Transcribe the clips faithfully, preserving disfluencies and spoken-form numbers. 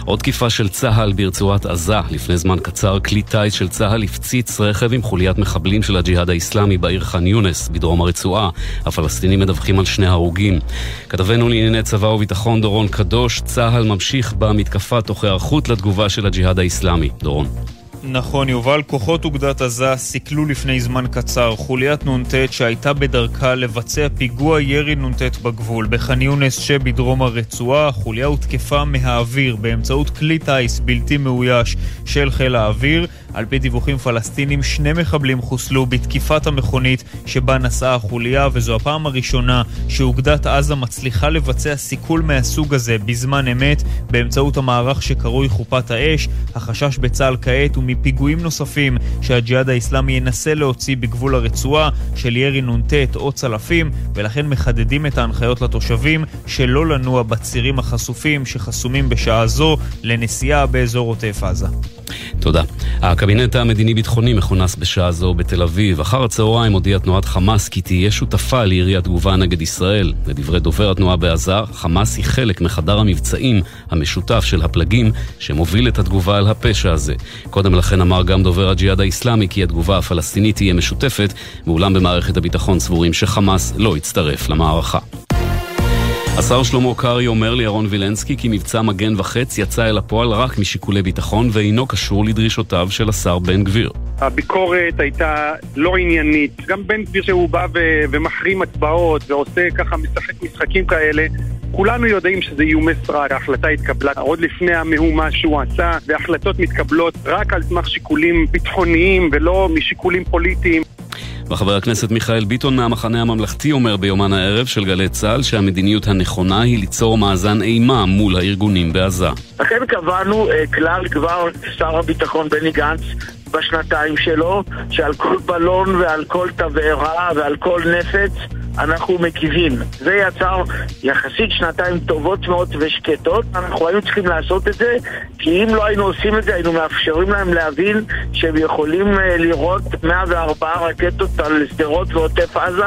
עוד תקיפה של צהל ברצועת עזה. לפני זמן קצר כלי טיס של צהל הפציץ רכב עם חוליית מחבלים של הג'יהאד האסלאמי בעיר ח'אן יונס בדרום הרצועה. הפלסטינים מדווחים על שני הרוגים. כתבנו לענייני צבא וביטחון דורון קדוש, צהל ממשיך במתקפה תוך היערכות לתגובה של הג'יהאד האסלאמי. דורון. נכון, יובל, כוחות אוגדת עזה סיכלו לפני זמן קצר חוליית נונטט שהייתה בדרכה לבצע פיגוע ירי נונטט בגבול בח'אן יונס שבדרום הרצועה. החוליה הותקפה מהאוויר באמצעות כלי טיס בלתי מאויש של חיל האוויר. על פי דיווחים פלסטינים, שני מחבלים חוסלו בתקיפת המכונית שבה נסעה החוליה, וזו הפעם הראשונה שאוגדת עזה מצליחה לבצע סיכול מהסוג הזה בזמן אמת באמצעות המערך שקרוי חופת האש. החשש בצה"ל כעת הוא מפיגועים נוספים שהג'יהאד האסלאמי ינסה להוציא בגבול הרצועה של ירי נונטט או צלפים, ולכן מחדדים את ההנחיות לתושבים שלא לנוע בצירים החשופים שחסומים בשעה זו לנסיעה באזור עוטף עזה. תודה. הקבינט המדיני-ביטחוני מכונס בשעה זו בתל אביב. אחר הצהריים הודיעה תנועת חמאס כי תהיה שותפה לירי התגובה נגד ישראל. לדברי דובר התנועה בעזה, חמאס היא חלק מחדר המבצעים המשותף של הפלגים שמוביל את התגובה על הפשע הזה. קודם לכן אמר גם דובר הג'יהאד האסלאמי כי התגובה הפלסטינית תהיה משותפת, ואולם במערכת הביטחון סבורים שחמאס לא יצטרף למערכה. השר שלמה קרעי אומר לירון וילנסקי כי מבצע מגן וחץ יצא אל הפועל רק משיקולי ביטחון ואינו קשור לדרישותיו של השר בן גביר. הביקורת הייתה לא עניינית. גם בן גביר שהוא בא ו- ומחרים הצבעות ועושה ככה משחק משחקים כאלה, כולנו יודעים שזה איומי סרק. ההחלטה התקבלה עוד לפני המהומה שהוא עשה, והחלטות מתקבלות רק על סמך שיקולים ביטחוניים ולא משיקולים פוליטיים. וחבר הכנסת מיכאל ביטון מהמחנה הממלכתי אומר ביומן הערב של גלי צה"ל שהמדיניות הנכונה היא ליצור מאזן אימה מול הארגונים בעזה. לכן קבענו כלל כבר שר הביטחון בני גנץ בשנתיים שלו, שעל כל בלון ועל כל תבערה ועל כל נפץ אנחנו מגיבים. זה יצר יחסית שנתיים טובות מאוד ושקטות. אנחנו היינו צריכים לעשות את זה, כי אם לא היינו עושים את זה, היינו מאפשרים להם להבין שהם יכולים לראות מאה וארבע רקטות על סדרות ועוטף עזה.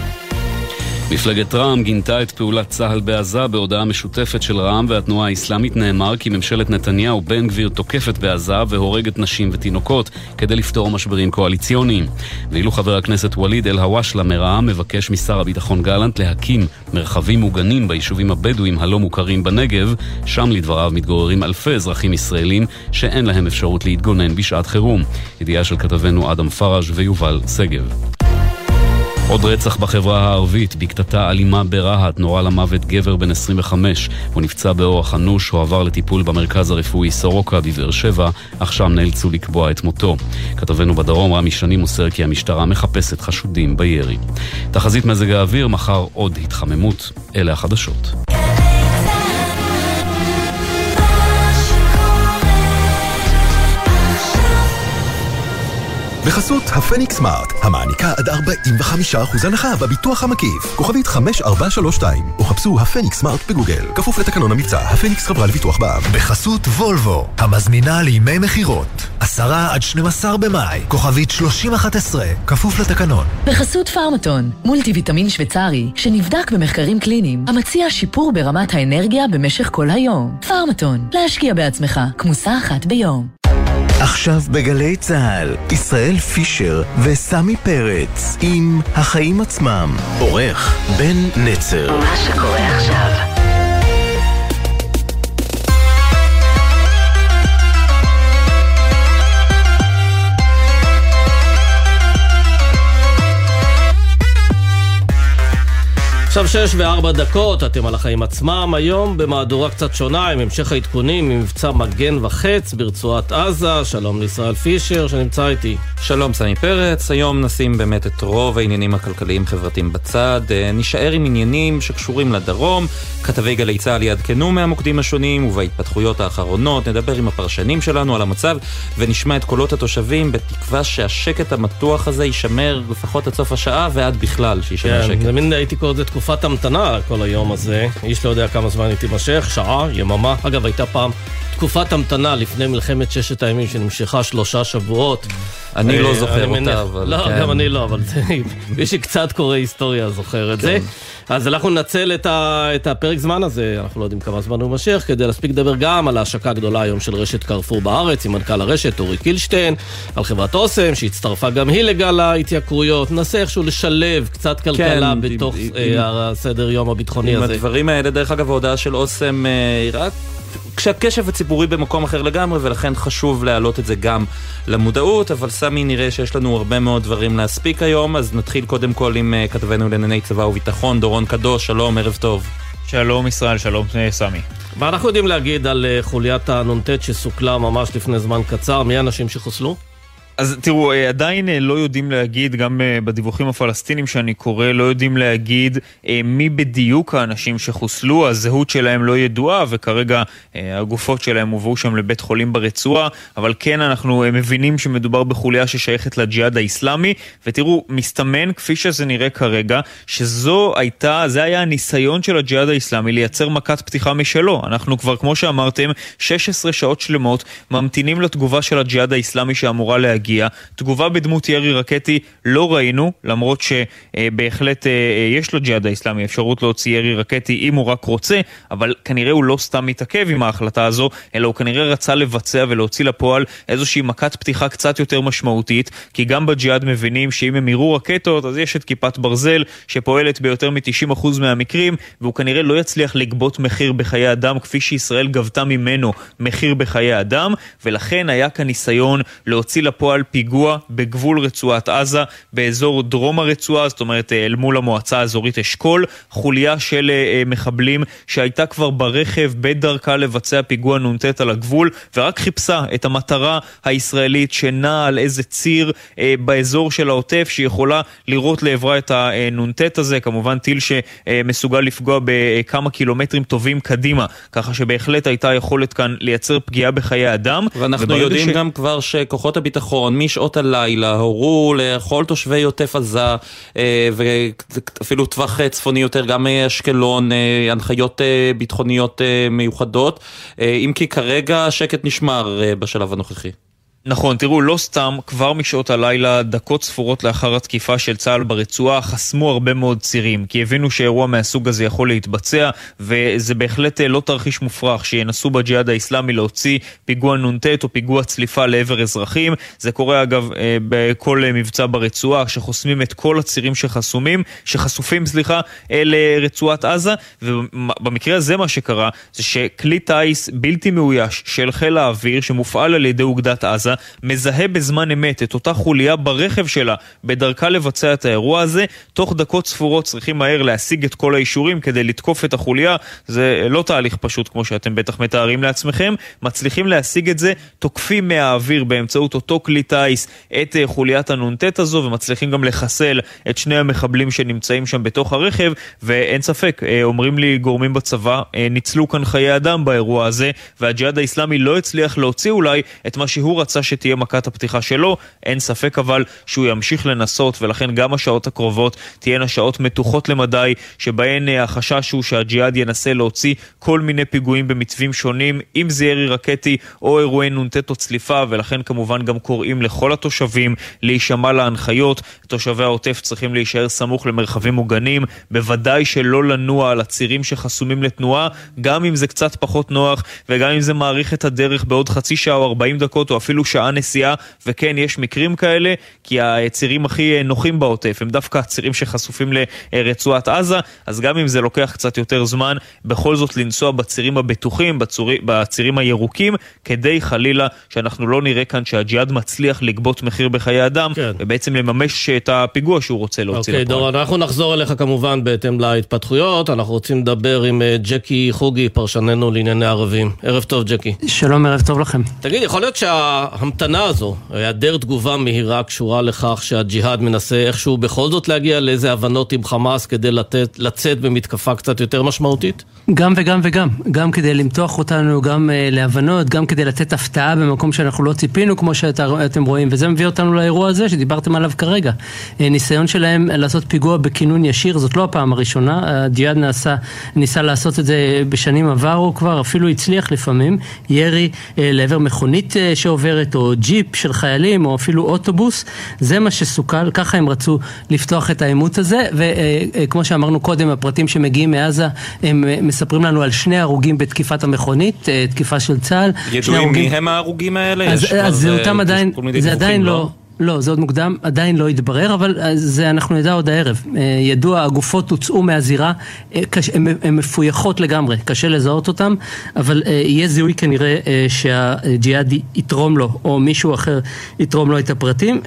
מפלגת רע"מ גינתה את פעולת צה"ל בעזה. בהודעה משותפת של רע"מ והתנועה האסלאמית נאמר כי ממשלת נתניהו בן גביר תוקפת בעזה והורגת נשים ותינוקות כדי לפתור משברים קואליציוניים. ואילו חבר הכנסת וליד אל-הוואשלה מרע"מ מבקש משר הביטחון גלנט להקים מרחבים מוגנים ביישובים הבדואים הלא מוכרים בנגב, שם לדבריו מתגוררים אלפי אזרחים ישראלים שאין להם אפשרות להתגונן בשעת חירום. ידיעה של כתבנו אדם פראז' ויובל סגב. עוד רצח בחברה הערבית, בקטטה אלימה ברהט, נורה למוות גבר בן עשרים וחמש. הוא נפצע באורח אנוש, הוא עבר לטיפול במרכז הרפואי סורוקה בבאר שבע, אך שם נאלצו לקבוע את מותו. כתבנו בדרום רמי שני מוסר כי המשטרה מחפשת חשודים בירי. תחזית מזג האוויר, מחר עוד התחממות. אלה החדשות. בחסות הפניקס סמארט, המעניקה עד ארבעים וחמישה אחוז הנחה בביטוח המקיף. כוכבית חמש ארבע שלוש שתיים, או חפשו הפניקס סמארט בגוגל. כפוף לתקנון המבצע, הפניקס חברה לביטוח בע"מ. בחסות וולבו, המזמינה לימי מחירות. עשרה עד שנים עשר במאי, כוכבית שלושים אחת עשרה, כפוף לתקנון. בחסות פארמטון, מולטי ויטמין שוויצרי, שנבדק במחקרים קליניים, המציע שיפור ברמת האנרגיה במשך כל היום. פארמטון, להשקיע בעצמך, כמוסה אחת ביום. עכשיו בגלי צהל, ישראל פישר וסמי פרץ עם החיים עצמם. עורך בן נצר. מה שקורה עכשיו. עכשיו שש וארבע דקות, אתם על החיים עצמם, היום במהדורה קצת שונה, עם המשך העדכונים, עם מבצע מגן וחץ ברצועת עזה. שלום לישראל פישר שנמצא איתי. שלום סמי פרץ, היום נשים באמת את רוב העניינים הכלכליים חברתיים בצד, נשאר עם עניינים שקשורים לדרום, כתבי גלי צהל יעדכנו מהמוקדים השונים ובהתפתחויות האחרונות, נדבר עם הפרשנים שלנו על המצב ונשמע את קולות התושבים בתקווה שהשקט המתוח הזה יישמר לפחות עד סוף השעה ועד בכלל שישמר שקט. כן, מין הייתי קורא את זה תקופת המתנה כל היום הזה, איש לא יודע כמה זמן היא תימשך, שעה, יממה. אגב, הייתה פעם תקופת המתנה לפני מלחמת ששת הימים שנמשכה שלושה שבועות. אני לא זוכר אותה, אבל... לא, גם אני לא, אבל מי שקצת קורא היסטוריה זוכר את זה. אז אנחנו ננצל את הפרק זמן הזה, אנחנו לא יודעים כמה זמן הוא משך, כדי להספיק לדבר גם על ההשקה הגדולה היום של רשת קרפור בארץ, עם מנכ"ל הרשת אורי קילשטיין, על חברת אוסם, שהצטרפה גם היא לגל ההתייקרויות. ננסה איכשהו לשלב קצת כלכלה בתוך הסדר יום הביטחוני הזה. עם הדברים האלה, דרך אגב, ההודעה של אוסם היא רק כשהקשב הציבורי במקום אחר לגמרי, ולכן חשוב להעלות את זה גם למודעות, אבל סמי, נראה שיש לנו הרבה מאוד דברים להספיק היום, אז נתחיל קודם כל עם כתבנו לענייני צבא וביטחון, דורון קדוש. שלום, ערב טוב. שלום ישראל, שלום סמי. מה אנחנו יודעים להגיד על חוליית הנונטט שסוכלה ממש לפני זמן קצר? מי האנשים שחוסלו? אז תראו, עדיין לא יודעים להגיד, גם בדיווחים הפלסטינים שאני קורא, לא יודעים להגיד מי בדיוק האנשים שחוסלו, הזהות שלהם לא ידועה, וכרגע הגופות שלהם הובאו שם לבית חולים ברצועה, אבל כן אנחנו מבינים שמדובר בחוליה ששייכת לג'יהאד האסלאמי, ותראו, מסתמן כפי שזה נראה כרגע, שזו הייתה, זה היה הניסיון של הג'יהאד האסלאמי לייצר מכת פתיחה משלו. אנחנו כבר, כמו שאמרתם, שש עשרה שעות שלמות ממתינים לתגובה של הג'יהאד האסלאמי שאמורה להגיע. תגובה בדמות ירי רקטי לא ראינו, למרות שבהחלט יש לג'יהאד האסלאמי אפשרות להוציא ירי רקטי אם הוא רק רוצה, אבל כנראה הוא לא סתם מתעכב עם ההחלטה הזו, אלא הוא כנראה רצה לבצע ולהוציא לפועל איזושהי מכת פתיחה קצת יותר משמעותית, כי גם בג'יהאד מבינים שאם הם ירו רקטות, אז יש את כיפת ברזל שפועלת ביותר מ-תשעים אחוז מהמקרים, והוא כנראה לא יצליח לגבות מחיר בחיי אדם כפי שישראל גבתה ממנו מחיר בחיי אדם, ולכן היה כאן ניסיון להוציא לפועל פיגוע בגבול רצועת עזה, באזור דרום הרצועה, זאת אומרת אל מול המועצה האזורית אשכול, חוליה של מחבלים שהייתה כבר ברכב בדרכה לבצע פיגוע נונטט על הגבול, ורק חיפשה את המטרה הישראלית שנעה על איזה ציר באזור של העוטף שיכולה לראות לעברה את הנונטט הזה, כמובן טיל שמסוגל לפגוע בכמה קילומטרים טובים קדימה, ככה שבהחלט הייתה יכולת כאן לייצר פגיעה בחיי אדם. ואנחנו יודעים ש... גם כבר שכוחות הביטחון משעות הלילה הורו לכל תושבי עוטף עזה, ואפילו טווח צפוני יותר, גם אשקלון, הנחיות ביטחוניות מיוחדות, אם כי כרגע שקט נשמר בשלב הנוכחי. נכון, תראו, לא סתם, כבר משעות הלילה, דקות ספורות לאחר התקיפה של צה"ל ברצועה, חסמו הרבה מאוד צירים, כי הבינו שאירוע מהסוג הזה יכול להתבצע, וזה בהחלט לא תרחיש מופרך שינסו בג'יהאד האסלאמי להוציא פיגוע נונטט או פיגוע צליפה לעבר אזרחים. זה קורה אגב בכל מבצע ברצועה, שחוסמים את כל הצירים שחסומים, שחשופים, סליחה, לרצועת עזה, ובמקרה הזה מה שקרה, זה שכלי טייס בלתי מאויש של חיל האוויר, שמופעל על ידי אוגדת עזה, מזהה בזמן אמת את אותה חוליה ברכב שלה בדרכה לבצע את האירוע הזה. תוך דקות ספורות צריכים מהר להשיג את כל האישורים כדי לתקוף את החוליה. זה לא תהליך פשוט כמו שאתם בטח מתארים לעצמכם. מצליחים להשיג את זה, תוקפים מהאוויר באמצעות אותו כלי טייס את חוליית הנונטט הזו, ומצליחים גם לחסל את שני המחבלים שנמצאים שם בתוך הרכב. ואין ספק, אומרים לי גורמים בצבא, ניצלו כאן חיי אדם באירוע הזה, והג'יהאד האסלאמי לא הצליח להוציא אולי את מה שהוא רצה שתהיה מכת הפתיחה שלו. אין ספק אבל שהוא ימשיך לנסות, ולכן גם השעות הקרובות תהיינה שעות מתוחות למדי, שבהן החשש הוא שהג'יהאד ינסה להוציא כל מיני פיגועים במתווים שונים, אם זה ירי רקטי או אירועי נונטט או צליפה, ולכן כמובן גם קוראים לכל התושבים להישמע להנחיות. תושבי העוטף צריכים להישאר סמוך למרחבים מוגנים, בוודאי שלא לנוע על הצירים שחסומים לתנועה, גם אם זה קצת פחות נוח, וגם אם זה מעריך את הדרך בעוד חצי שעה או ארבעים דקות או אפילו שעה נסיעה. וכן, יש מקרים כאלה, כי הצירים הכי נוחים בעוטף הם דווקא הצירים שחשופים לרצועת עזה, אז גם אם זה לוקח קצת יותר זמן, בכל זאת לנסוע בצירים הבטוחים, בצורי, בצירים הירוקים, כדי חלילה שאנחנו לא נראה כאן שהג'יהאד מצליח לגבות מחיר בחיי אדם, כן. ובעצם לממש את הפיגוע שהוא רוצה להוציא אוקיי, לפועל. דור, אנחנו נחזור אליך כמובן בהתאם להתפתחויות. אנחנו רוצים לדבר עם ג'קי חוגי, פרשננו לענייני ערבים. ערב טוב, ג'קי. שלום, ערב טוב לכם. תגיד, יכול להיות שההמתנה הזו, היעדר תגובה מהירה, קשורה לכך שהג'יהאד מנסה איכשהו בכל זאת להגיע לאיזה הבנות עם חמאס כדי לתת, לצאת במתקפה קצת יותר משמעותית? גם וגם וגם, גם כדי למתוח אותנו, גם uh, להבנות, גם כדי לתת הפתעה במקום שאנחנו לא ציפינו, כמו שאתם רואים, וזה מביא אותנו לאירוע הזה שדיברתם עליו כרגע. Uh, ניסיון שלהם לעשות פיגוע בכינון ישיר, זאת לא הפעם הראשונה, הג'יהאד ניסה, ניסה לעשות את זה בשנים עברו כבר, אפילו הצליח לפעמים, ירי uh, לעבר מכונית uh, שעוברת, או ג'יפ של חיילים, או אפילו אוטובוס, זה מה שסוכל, ככה הם רצו לפתוח את העימות הזה, וכמו שאמרנו קודם, הפרטים שמגיעים מעזה, הם מספרים לנו על שני הרוגים בתקיפת המכונית, תקיפה של צה"ל. ידועים מי הם ההרוגים האלה? אז זה אותם עדיין, זה עדיין לא... לא, זה עוד מוקדם, עדיין לא יתברר, אבל זה אנחנו נדע עוד הערב. ידוע, הגופות הוצאו מהזירה, הן מפויחות לגמרי, קשה לזהות אותם, אבל יהיה זיהוי כנראה שהג'יהאד יתרום לו, או מישהו אחר יתרום לו את הפרטים.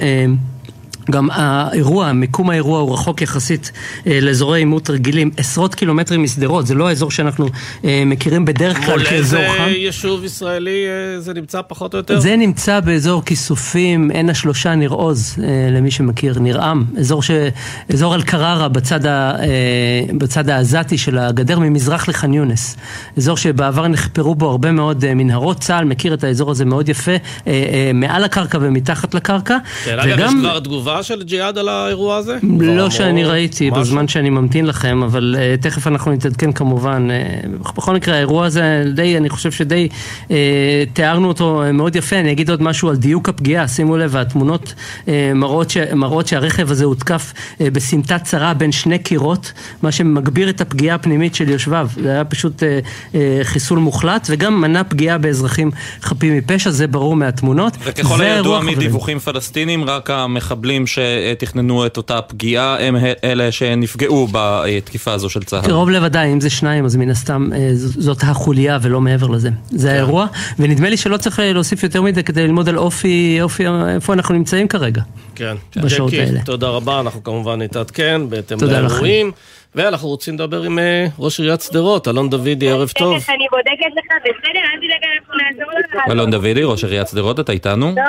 גם האירוע, מיקום האירוע הוא רחוק יחסית אה, לאזורי עימות רגילים, עשרות קילומטרים מסדרות, זה לא האזור שאנחנו אה, מכירים בדרך כלל כאזור חם. מול איזה יישוב ישראלי אה, זה נמצא פחות או יותר? זה נמצא באזור כיסופים, עין השלושה ניר עוז, אה, למי שמכיר, נרעם, אזור, ש... אזור אל-קררה בצד, ה... אה, בצד העזתי של הגדר ממזרח לח'אן יונס, אזור שבעבר נחפרו בו הרבה מאוד אה, מנהרות, צה"ל מכיר את האזור הזה מאוד יפה, אה, אה, מעל הקרקע ומתחת לקרקע. כן, וגם... אגב, יש כבר תגובה של ג'יהאד על האירוע הזה? לא שאני ראיתי בזמן שאני ממתין לכם, אבל uh, תכף אנחנו נתעדכן כמובן. Uh, בכל מקרה, האירוע הזה די, אני חושב שדי uh, תיארנו אותו uh, מאוד יפה. אני אגיד עוד משהו על דיוק הפגיעה. שימו לב, התמונות uh, מראות, ש, מראות שהרכב הזה הותקף uh, בסמטה צרה בין שני קירות, מה שמגביר את הפגיעה הפנימית של יושביו. זה היה פשוט uh, uh, חיסול מוחלט, וגם מנע פגיעה באזרחים חפים מפשע, זה ברור מהתמונות. וככל הידוע מדיווחים פלסטינים, רק המחבלים שתכננו את אותה פגיעה, הם אלה שנפגעו בתקיפה הזו של צה"ל. קרוב לוודאי, אם זה שניים, אז מן הסתם זאת החוליה ולא מעבר לזה. זה האירוע, ונדמה לי שלא צריך להוסיף יותר מדי כדי ללמוד על אופי, אופי, איפה אנחנו נמצאים כרגע. כן. בשעות האלה. תודה רבה, אנחנו כמובן נתעדכן בהתאם לאירועים. ואנחנו רוצים לדבר עם ראש עיריית שדרות, אלון דוידי, ערב טוב. אני בודקת לך, בסדר, אל תדאג, אנחנו נעזור לך. אלון דוידי, ראש עיריית שדרות, אתה איתנו? לא.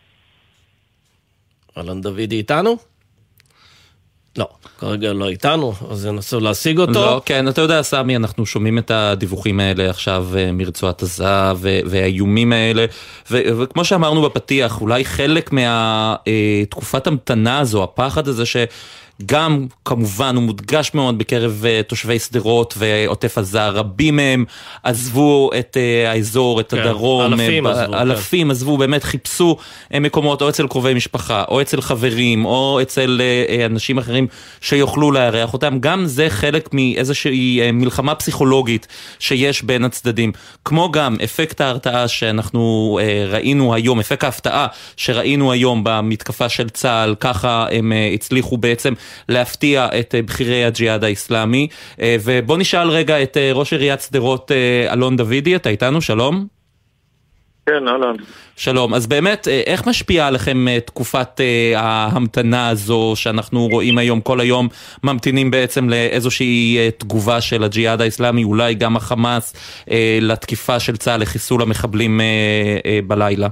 אלון דוידי איתנו? לא, כרגע לא איתנו, אז ננסה להשיג אותו. לא, כן, אתה יודע, סמי, אנחנו שומעים את הדיווחים האלה עכשיו מרצועת עזה והאיומים האלה, וכמו שאמרנו בפתיח, אולי חלק מהתקופת המתנה הזו, הפחד הזה ש... גם כמובן הוא מודגש מאוד בקרב תושבי שדרות ועוטף עזה, רבים מהם עזבו את האזור, את הדרום, אלפים עזבו, אלפים עזבו, באמת חיפשו מקומות או אצל קרובי משפחה, או אצל חברים, או אצל אנשים אחרים שיוכלו לארח אותם. גם זה חלק מאיזושהי מלחמה פסיכולוגית שיש בין הצדדים, כמו גם אפקט ההרתעה שאנחנו ראינו היום, אפקט ההפתעה שראינו היום במתקפה של צה"ל, ככה הם הצליחו בעצם להפתיע את בחירי הג'יהאד האסלאמי. ובוא נשאל רגע את ראש עיריית שדרות, אלון דוידי, אתה איתנו? שלום. כן, אלון. שלום. אז באמת, איך משפיעה עליכם תקופת ההמתנה הזו שאנחנו רואים היום, כל היום ממתינים בעצם לאיזושהי תגובה של הג'יהאד האסלאמי, אולי גם החמאס, לתקיפה של צה"ל לחיסול המחבלים בלילה?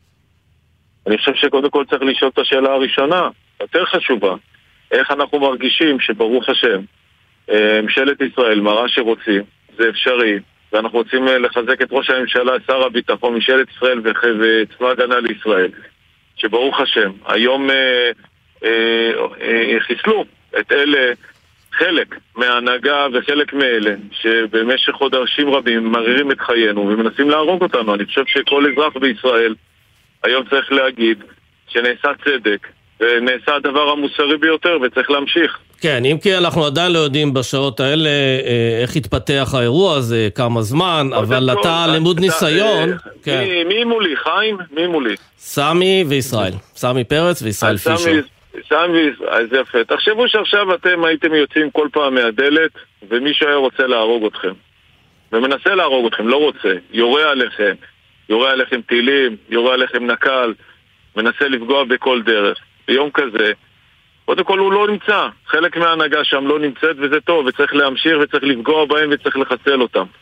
אני חושב שקודם כל צריך לשאול את השאלה הראשונה, יותר חשובה. איך אנחנו מרגישים שברוך השם ממשלת ישראל מראה שרוצים, זה אפשרי, ואנחנו רוצים לחזק את ראש הממשלה, שר הביטחון, ממשלת ישראל וצבא הגנה לישראל, שברוך השם היום אה, אה, אה, חיסלו את אלה, חלק מההנהגה וחלק מאלה שבמשך חודשים רבים מרירים את חיינו ומנסים להרוג אותנו. אני חושב שכל אזרח בישראל היום צריך להגיד שנעשה צדק ונעשה הדבר המוסרי ביותר וצריך להמשיך. כן, אם כי אנחנו עדיין לא יודעים בשעות האלה איך התפתח האירוע הזה, כמה זמן, אבל אתה לימוד ניסיון. מי מולי, חיים? מי מולי? סמי וישראל. סמי פרץ וישראל פישר. סמי וישראל, זה יפה. תחשבו שעכשיו אתם הייתם יוצאים כל פעם מהדלת ומישהו היה רוצה להרוג אתכם. ומנסה להרוג אתכם, לא רוצה. יורה עליכם, יורה עליכם טילים, יורה עליכם נקל, מנסה לפגוע בכל דרך. ביום כזה, קודם כל הוא לא נמצא, חלק מההנהגה שם לא נמצאת וזה טוב, וצריך להמשיך וצריך לפגוע בהם וצריך לחסל אותם.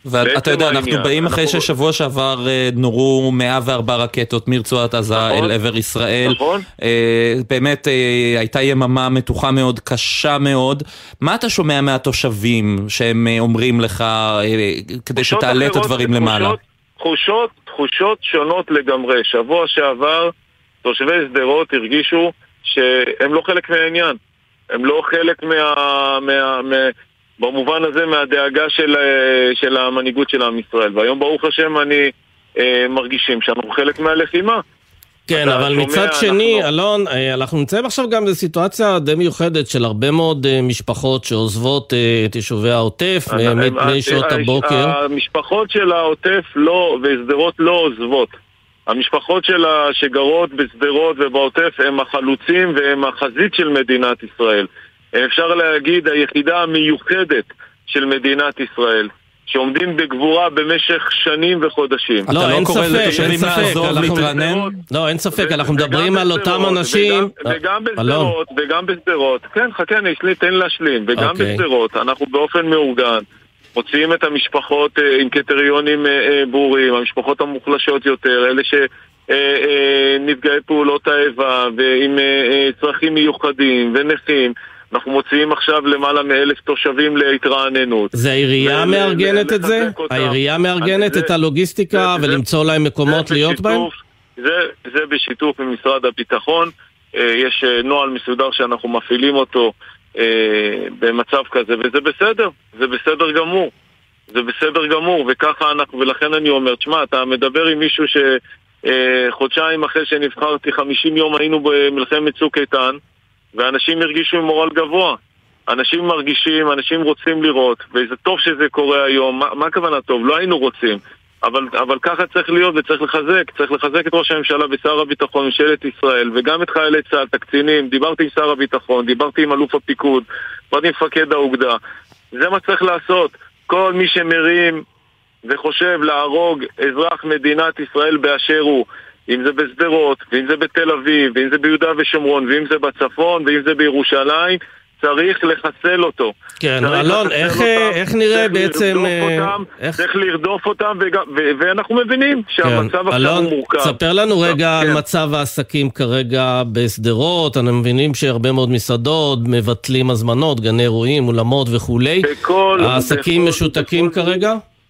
ואתה יודע, אנחנו באים אחרי ששבוע שעבר נורו מאה וארבע רקטות מרצועת עזה אל עבר ישראל. נכון. באמת הייתה יממה מתוחה מאוד, קשה מאוד. מה אתה שומע מהתושבים שהם אומרים לך כדי שתעלה את הדברים למעלה? תחושות, תחושות שונות לגמרי. שבוע שעבר תושבי שדרות הרגישו שהם לא חלק מהעניין. הם לא חלק מה... מה, מה במובן הזה מהדאגה של, של המנהיגות של עם ישראל. והיום ברוך השם אני אה, מרגישים שאנחנו חלק מהלחימה. כן, אבל מצד שני, אלון, אנחנו נמצאים עכשיו גם בסיטואציה די מיוחדת של הרבה מאוד משפחות שעוזבות את יישובי העוטף מפני שעות הבוקר. המשפחות של העוטף לא, ושדרות לא עוזבות. המשפחות שלה שגרות בסדרות ובעוטף הם החלוצים והם החזית של מדינת ישראל. אפשר להגיד היחידה המיוחדת של מדינת ישראל, שעומדים בגבורה במשך שנים וחודשים. לא, אין ספק, אין ספק. לא, אין ספק, אנחנו מדברים על אותם אנשים. וגם בסדרות, וגם בסדרות. כן, חכה, תן להשלים. וגם בסדרות, אנחנו באופן מאורגן מוציאים את המשפחות עם קריטריונים ברורים, המשפחות המוחלשות יותר, אלה שנפגעי פעולות האיבה, ועם צרכים מיוחדים ונכים. אנחנו מוציאים עכשיו למעלה מאלף תושבים להתרעננות. זה העירייה מארגנת את זה? העירייה מארגנת את הלוגיסטיקה ולמצוא להם מקומות להיות בהם? זה בשיתוף עם משרד הביטחון. יש נוהל מסודר שאנחנו מפעילים אותו במצב כזה, וזה בסדר. זה בסדר גמור. זה בסדר גמור, וככה אנחנו, ולכן אני אומר, תשמע, אתה מדבר עם מישהו שחודשיים אחרי שנבחרתי, חמישים יום היינו במלחמת צוק איתן, ואנשים הרגישו עם מורל גבוה. אנשים מרגישים, אנשים רוצים לראות, וזה טוב שזה קורה היום. מה, מה הכוונה טוב? לא היינו רוצים. אבל, אבל ככה צריך להיות וצריך לחזק. צריך לחזק את ראש הממשלה ושר הביטחון, ממשלת ישראל, וגם את חיילי צה"ל, תקצינים. דיברתי עם שר הביטחון, דיברתי עם אלוף הפיקוד, דיברתי עם מפקד האוגדה. זה מה צריך לעשות. כל מי שמרים וחושב להרוג אזרח מדינת ישראל באשר הוא, אם זה בסדרות, ואם זה בתל אביב, ואם זה ביהודה ושומרון, ואם זה בצפון, ואם זה בירושלים, צריך לחסל אותו. כן, אלון, איך, איך נראה בעצם... אותם, איך... צריך לרדוף אותם, וג... ו... ואנחנו מבינים שהמצב כן. עכשיו הוא מורכב. ספר לנו רגע כן. על מצב העסקים כרגע בסדרות, אנחנו מבינים שהרבה מאוד מסעדות מבטלים הזמנות, גני אירועים, אולמות וכולי. בכל, העסקים בכל, משותקים בכל... כרגע?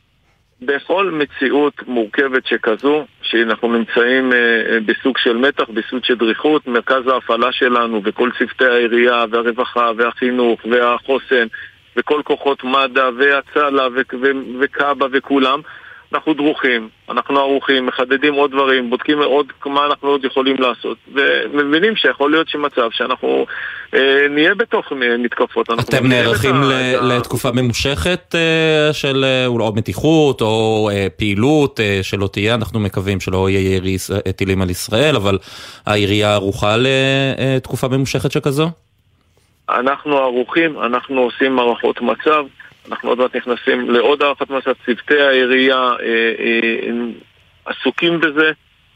בכל מציאות מורכבת שכזו, שאנחנו נמצאים אה, בסוג של מתח, בסוג של דריכות, מרכז ההפעלה שלנו וכל צוותי העירייה והרווחה והחינוך והחוסן וכל כוחות מד"א והצלה וקאבה וכולם, אנחנו דרוכים, אנחנו ערוכים, מחדדים עוד דברים, בודקים עוד מה אנחנו עוד יכולים לעשות, ומבינים שיכול להיות שמצב שאנחנו אה, נהיה בתוך מתקפות. אתם נערכים ל- לתקופה ממושכת אה, של או מתיחות או אה, פעילות אה, שלא תהיה, אנחנו מקווים שלא יהיה ירי טילים על ישראל, אבל העירייה ערוכה לתקופה ממושכת שכזו? אנחנו ערוכים, אנחנו עושים מערכות מצב, אנחנו עוד מעט נכנסים לעוד הערכת מצב, צוותי העירייה אה, אה, עסוקים בזה,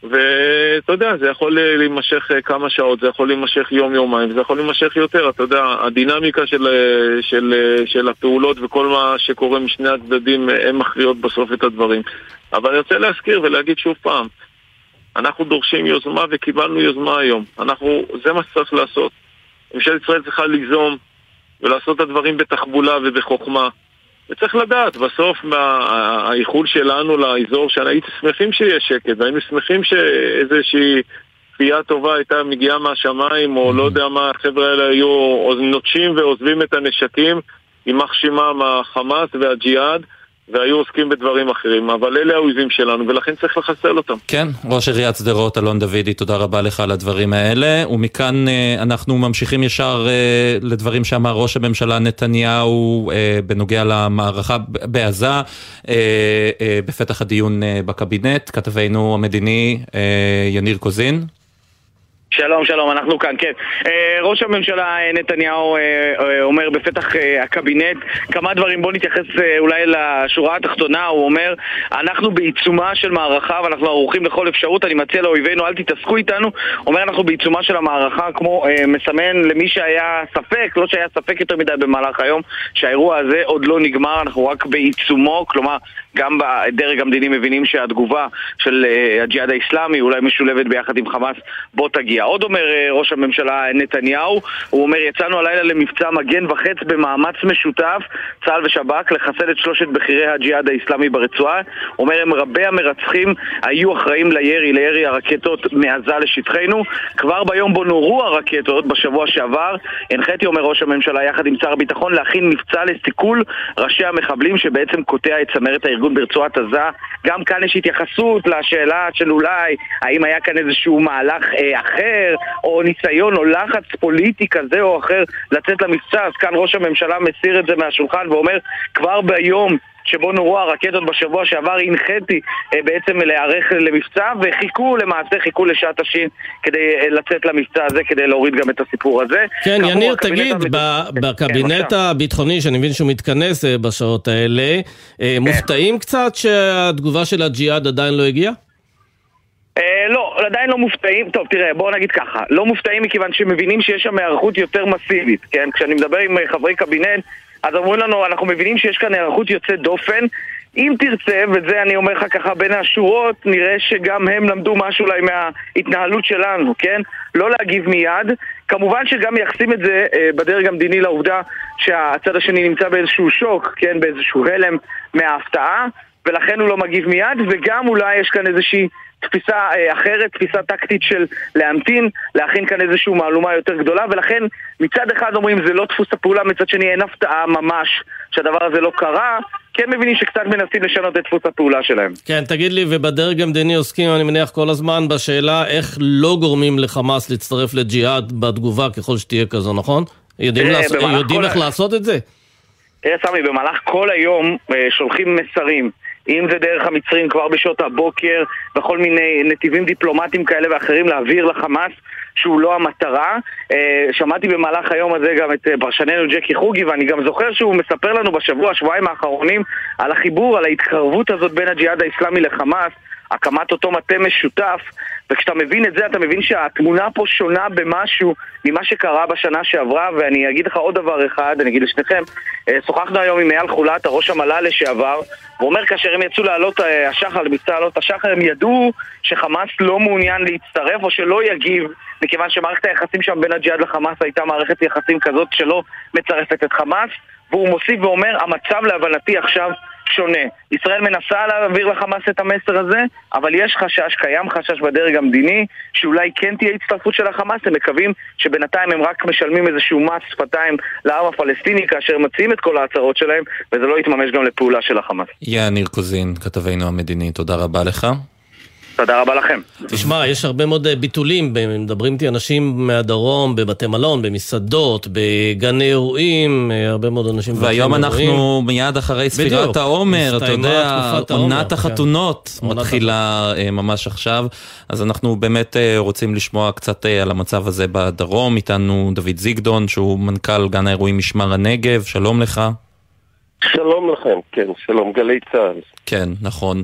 ואתה יודע, זה יכול להימשך כמה שעות, זה יכול להימשך יום-יומיים, זה יכול להימשך יותר, אתה יודע, הדינמיקה של, של, של הפעולות וכל מה שקורה משני הצדדים, הם מכריעות בסוף את הדברים. אבל אני רוצה להזכיר ולהגיד שוב פעם, אנחנו דורשים יוזמה וקיבלנו יוזמה היום. אנחנו, זה מה שצריך לעשות. ממשלת ישראל צריכה ליזום ולעשות את הדברים בתחבולה ובחוכמה. וצריך לדעת, בסוף האיחול שלנו לאזור, שהייתי שמחים שיהיה שקט, והיינו שמחים שאיזושהי כפייה טובה הייתה מגיעה מהשמיים, או לא יודע מה, החבר'ה האלה היו נוטשים ועוזבים את הנשקים, יימח שמם החמאס והג'יהאד, והיו עוסקים בדברים אחרים, אבל אלה האויבים שלנו, ולכן צריך לחסל אותם. כן, ראש עיריית שדרות, אלון דוידי, תודה רבה לך על הדברים האלה, ומכאן אנחנו ממשיכים ישר לדברים שאמר ראש הממשלה נתניהו בנוגע למערכה בעזה, בפתח הדיון בקבינט, כתבנו המדיני יניר קוזין. שלום, שלום, אנחנו כאן, כן. ראש הממשלה נתניהו אומר בפתח הקבינט כמה דברים, בוא נתייחס אולי לשורה התחתונה. הוא אומר, אנחנו בעיצומה של מערכה ואנחנו ערוכים לכל אפשרות, אני מציע לאויבינו, אל תתעסקו איתנו. הוא אומר, אנחנו בעיצומה של המערכה, כמו מסמן למי שהיה ספק, לא שהיה ספק יותר מדי במהלך היום, שהאירוע הזה עוד לא נגמר, אנחנו רק בעיצומו, כלומר, גם בדרג המדיני מבינים שהתגובה של הג'יהאד האסלאמי אולי משולבת ביחד עם חמאס, בוא תגיע. עוד אומר ראש הממשלה נתניהו, הוא אומר, יצאנו הלילה למבצע מגן וחץ במאמץ משותף, צה"ל ושב"כ, לחסל את שלושת בכירי הג'יהאד האסלאמי ברצועה. הוא אומר, הם רבי המרצחים היו אחראים לירי, לירי הרקטות מעזה לשטחנו. כבר ביום בו נורו הרקטות בשבוע שעבר, הנחיתי, אומר ראש הממשלה, יחד עם שר הביטחון, להכין מבצע לסיכול ראשי המחבלים שבעצם קוטע את צמרת הארגון ברצועת עזה. גם כאן יש התייחסות לשאלה של אולי האם היה כאן איזשהו מהלך אה, אחר או ניסיון או לחץ פוליטי כזה או אחר לצאת למבצע. אז כאן ראש הממשלה מסיר את זה מהשולחן ואומר, כבר ביום שבו נורו הרקטות בשבוע שעבר הנחיתי אה, בעצם להיערך למבצע, וחיכו למעשה, חיכו לשעת השין כדי אה, לצאת למבצע הזה, כדי להוריד גם את הסיפור הזה. כן, יניר, תגיד, בקבינט הביטחוני, שאני מבין שהוא מתכנס אה, בשעות האלה, אה, מופתעים קצת שהתגובה של הג'יהאד עדיין לא הגיעה? לא, עדיין לא מופתעים. טוב, תראה, בואו נגיד ככה, לא מופתעים מכיוון שמבינים שיש שם הערכות יותר מסיבית, כן? כשאני מדבר עם חברי קבינט, אז אומרים לנו, אנחנו מבינים שיש כאן הערכות יוצאת דופן. אם תרצה, וזה אני אומר לך ככה בין השורות, נראה שגם הם למדו משהו אולי מההתנהלות שלנו, כן? לא להגיב מיד. כמובן שגם מייחסים את זה אה, בדרג המדיני לעובדה שהצד השני נמצא באיזשהו שוק, כן? באיזשהו הלם מההפתעה, ולכן הוא לא מגיב מיד, וגם אולי יש כאן איזושהי תפיסה אה, אחרת, תפיסה טקטית של להמתין, להכין כאן איזשהו מהלומה יותר גדולה, ולכן מצד אחד אומרים זה לא דפוס הפעולה, מצד שני אין הפתעה ממש שהדבר הזה לא קרה, כן מבינים שקצת מנסים לשנות את דפוס הפעולה שלהם. כן, תגיד לי, ובדרג המדיני עוסקים, אני מניח כל הזמן, בשאלה איך לא גורמים לחמאס להצטרף לג'יהאד בתגובה ככל שתהיה כזו, נכון? יודעים, אה, לעשות, יודעים איך ה... לעשות את זה? תראה סמי, במהלך כל היום אה, שולחים מסרים, אם זה דרך המצרים כבר בשעות הבוקר, בכל מיני נתיבים דיפלומטיים כאלה ואחרים להעביר לחמאס שהוא לא המטרה. שמעתי במהלך היום הזה גם את פרשננו ג'קי חוגי, ואני גם זוכר שהוא מספר לנו בשבוע, שבועיים האחרונים, על החיבור, על ההתקרבות הזאת בין הג'יהאד האסלאמי לחמאס, הקמת אותו מטה משותף, וכשאתה מבין את זה, אתה מבין שהתמונה פה שונה במשהו ממה שקרה בשנה שעברה. ואני אגיד לך עוד דבר אחד, אני אגיד לשניכם, שוחחנו היום עם אייל חולת, הראש המל"ל לשעבר, הוא אומר כאשר הם יצאו לעלות השחר, למבצע לעלות השחר, הם ידעו שחמאס לא מעוניין להצטרף או שלא יגיב, מכיוון שמערכת היחסים שם בין הג'יהאד לחמאס הייתה מערכת יחסים כזאת שלא מצרפת את חמאס. והוא מוסיף ואומר, המצב להבנתי עכשיו שונה. ישראל מנסה להעביר לחמאס את המסר הזה, אבל יש חשש, קיים חשש בדרג המדיני, שאולי כן תהיה הצטרפות של החמאס. הם מקווים שבינתיים הם רק משלמים איזשהו מס שפתיים לעם הפלסטיני, כאשר מציעים את כל ההצהרות שלהם, וזה לא יתממש גם לפעולה של החמאס. יניר קוזין, כתבנו המדיני, תודה רבה לך. תודה רבה לכם. תשמע, יש הרבה מאוד ביטולים, מדברים איתי אנשים מהדרום, בבתי מלון, במסעדות, בגני אירועים, הרבה מאוד אנשים... והיום אנחנו מיד אחרי ספירת העומר, אתה יודע, עונת החתונות מתחילה ממש עכשיו, אז אנחנו באמת רוצים לשמוע קצת על המצב הזה בדרום. איתנו דוד זיגדון, שהוא מנכ"ל גן האירועים משמר הנגב, שלום לך. שלום לכם, כן, שלום, גלי צהל. כן, נכון.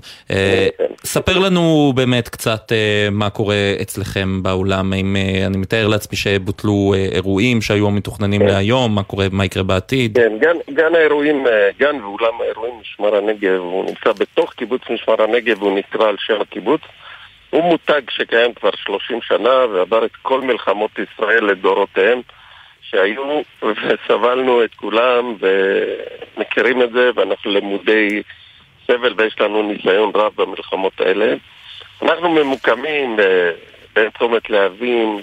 ספר לנו באמת קצת מה קורה אצלכם באולם, אני מתאר לעצמי שבוטלו אירועים שהיו מתוכננים להיום, מה קורה, מה יקרה בעתיד? כן, גן האירועים, גן ואולם האירועים משמר הנגב, הוא נמצא בתוך קיבוץ משמר הנגב, הוא נקרא על שם הקיבוץ. הוא מותג שקיים כבר שלושים שנה ועבר את כל מלחמות ישראל לדורותיהם שהיו, וסבלנו את כולם ומכירים את זה, ואנחנו למודי סבל ויש לנו ניסיון רב במלחמות האלה. אנחנו ממוקמים בין צומת להבים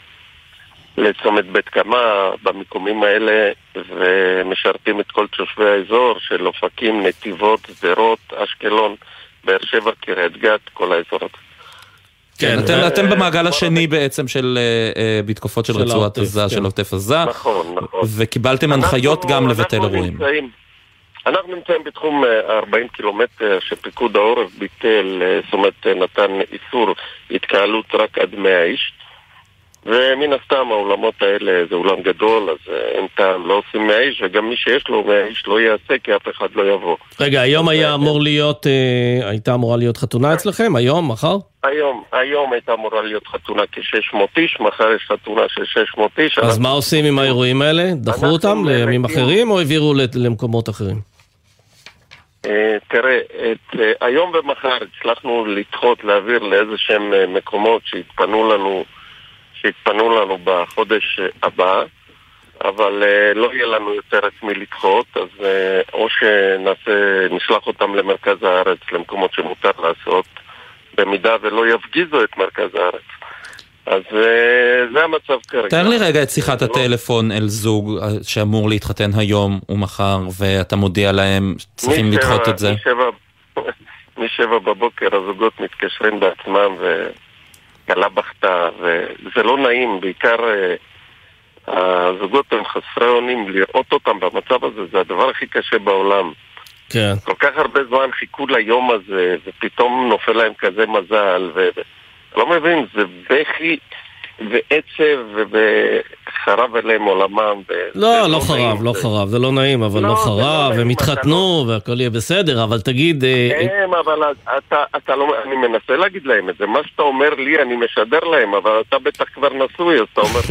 לצומת בית קמה במקומים האלה, ומשרתים את כל תושבי האזור של אופקים, נתיבות, שדרות, אשקלון, באר שבע, קריית גת, כל האזור הזה. כן, אתם, אתם במעגל השני בעצם של בתקופות של רצועת עזה, של עוטף עזה. נכון, נכון. וקיבלתם הנחיות גם לבטל אירועים. אנחנו נמצאים בתחום ארבעים קילומטר שפיקוד העורף ביטל, זאת אומרת נתן איסור התקהלות רק עד מאה איש. ומן הסתם העולמות האלה זה אולם גדול, אז אין טעם, לא עושים מהאיש, וגם מי שיש לו מהאיש לא יעשה, כי אף אחד לא יבוא. רגע, היום היה אמור להיות, הייתה אמורה להיות חתונה אצלכם? היום, מחר? היום, היום הייתה אמורה להיות חתונה כ-שש מאות איש, מחר יש חתונה של שש מאות איש. אז מה עושים עם האירועים האלה? דחו אותם לימים אחרים או העבירו למקומות אחרים? תראה, היום ומחר הצלחנו לדחות, להעביר לאיזה שהם מקומות שהתפנו לנו שהתפנו לנו בחודש הבא, אבל uh, לא יהיה לנו יותר את מי לדחות, אז uh, או שנעשה, נשלח אותם למרכז הארץ, למקומות שמותר לעשות, במידה ולא יפגיזו את מרכז הארץ. אז uh, זה המצב כרגע. תאר לי רגע את שיחת הטלפון אל זוג שאמור להתחתן היום ומחר, ואתה מודיע להם שצריכים לדחות את זה. משבע בבוקר הזוגות מתקשרים בעצמם ו... קלה בכתה, וזה לא נעים, בעיקר uh, הזוגות הם חסרי אונים, לראות אותם במצב הזה, זה הדבר הכי קשה בעולם. כן. כל כך הרבה זמן חיכו ליום הזה, ופתאום נופל להם כזה מזל, ולא מבין, זה בכי ועצב, וחרב אליהם עולמם. לא, לא חרב, לא חרב, זה לא נעים, אבל לא חרב, הם התחתנו, והכל יהיה בסדר, אבל תגיד... כן, אבל אתה לא... אני מנסה להגיד להם את זה, מה שאתה אומר לי, אני משדר להם, אבל אתה בטח כבר נשוי, אז אתה אומר...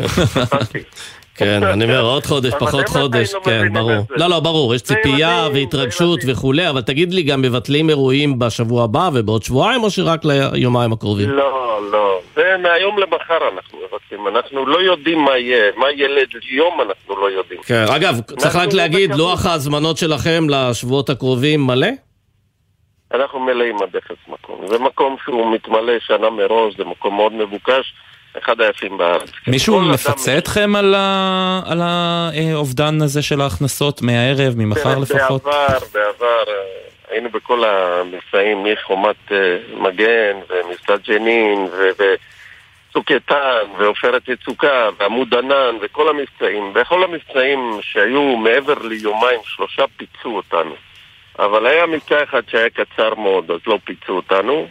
כן, אני אומר, עוד חודש, פחות חודש, כן, ברור. לא, לא, ברור, יש ציפייה והתרגשות וכולי, אבל תגיד לי, גם מבטלים אירועים בשבוע הבא ובעוד שבועיים, או שרק ליומיים הקרובים? לא, לא, זה מהיום למחר אנחנו מבטלים, אנחנו לא יודעים מה יהיה, מה ילד יום אנחנו לא יודעים. כן, אגב, צריך רק להגיד, לוח ההזמנות שלכם לשבועות הקרובים מלא? אנחנו מלאים עד אפס מקום, זה מקום שהוא מתמלא שנה מראש, זה מקום מאוד מבוקש, אחד היפים בארץ. מישהו מפצה אתכם על האובדן הזה של ההכנסות מהערב, ממחר לפחות? בעבר, בעבר, היינו בכל המבצעים, מחומת מגן ומבצע ג'נין וצוק איתן ועופרת יצוקה ועמוד ענן וכל המבצעים. בכל המבצעים שהיו מעבר ליומיים שלושה פיצו אותנו. אבל היה מבצע אחד שהיה קצר מאוד, אז לא פיצו אותנו.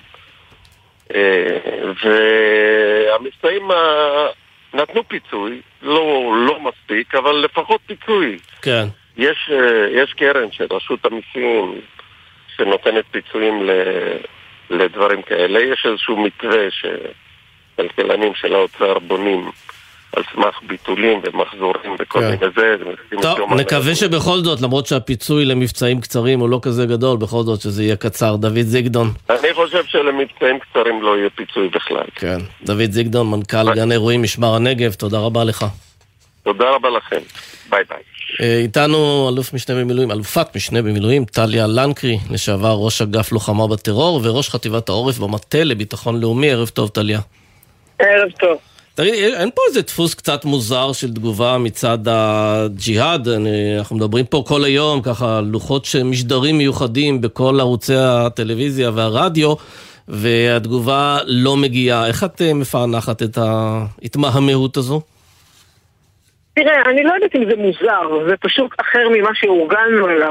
והמבצעים נתנו פיצוי, לא, לא מספיק, אבל לפחות פיצוי. כן. יש, יש קרן של רשות המיסים שנותנת פיצויים לדברים כאלה. יש איזשהו מתווה שכלכלנים של האוצר בונים על סמך ביטולים ומחזורים וכל מיני זה. טוב, נקווה שבכל זאת, למרות שהפיצוי למבצעים קצרים הוא לא כזה גדול, בכל זאת שזה יהיה קצר. דוד זיגדון. אני חושב שלמבצעים קצרים לא יהיה פיצוי בכלל. כן. דוד זיגדון, מנכ"ל גן אירועים משמר הנגב, תודה רבה לך. תודה רבה לכם. ביי ביי. איתנו אלוף משנה במילואים, אלופת משנה במילואים, טליה לנקרי, לשעבר ראש אגף לוחמה בטרור וראש חטיבת העורף במטה לביטחון לאומי. ערב טוב, טליה. ערב טוב. תראי, אין פה איזה דפוס קצת מוזר של תגובה מצד הג'יהאד? אנחנו מדברים פה כל היום, ככה, לוחות שמשדרים מיוחדים בכל ערוצי הטלוויזיה והרדיו, והתגובה לא מגיעה. איך את מפענחת את ההתמהמהות הזו? תראה, אני לא יודעת אם זה מוזר, זה פשוט אחר ממה שהורגלנו אליו.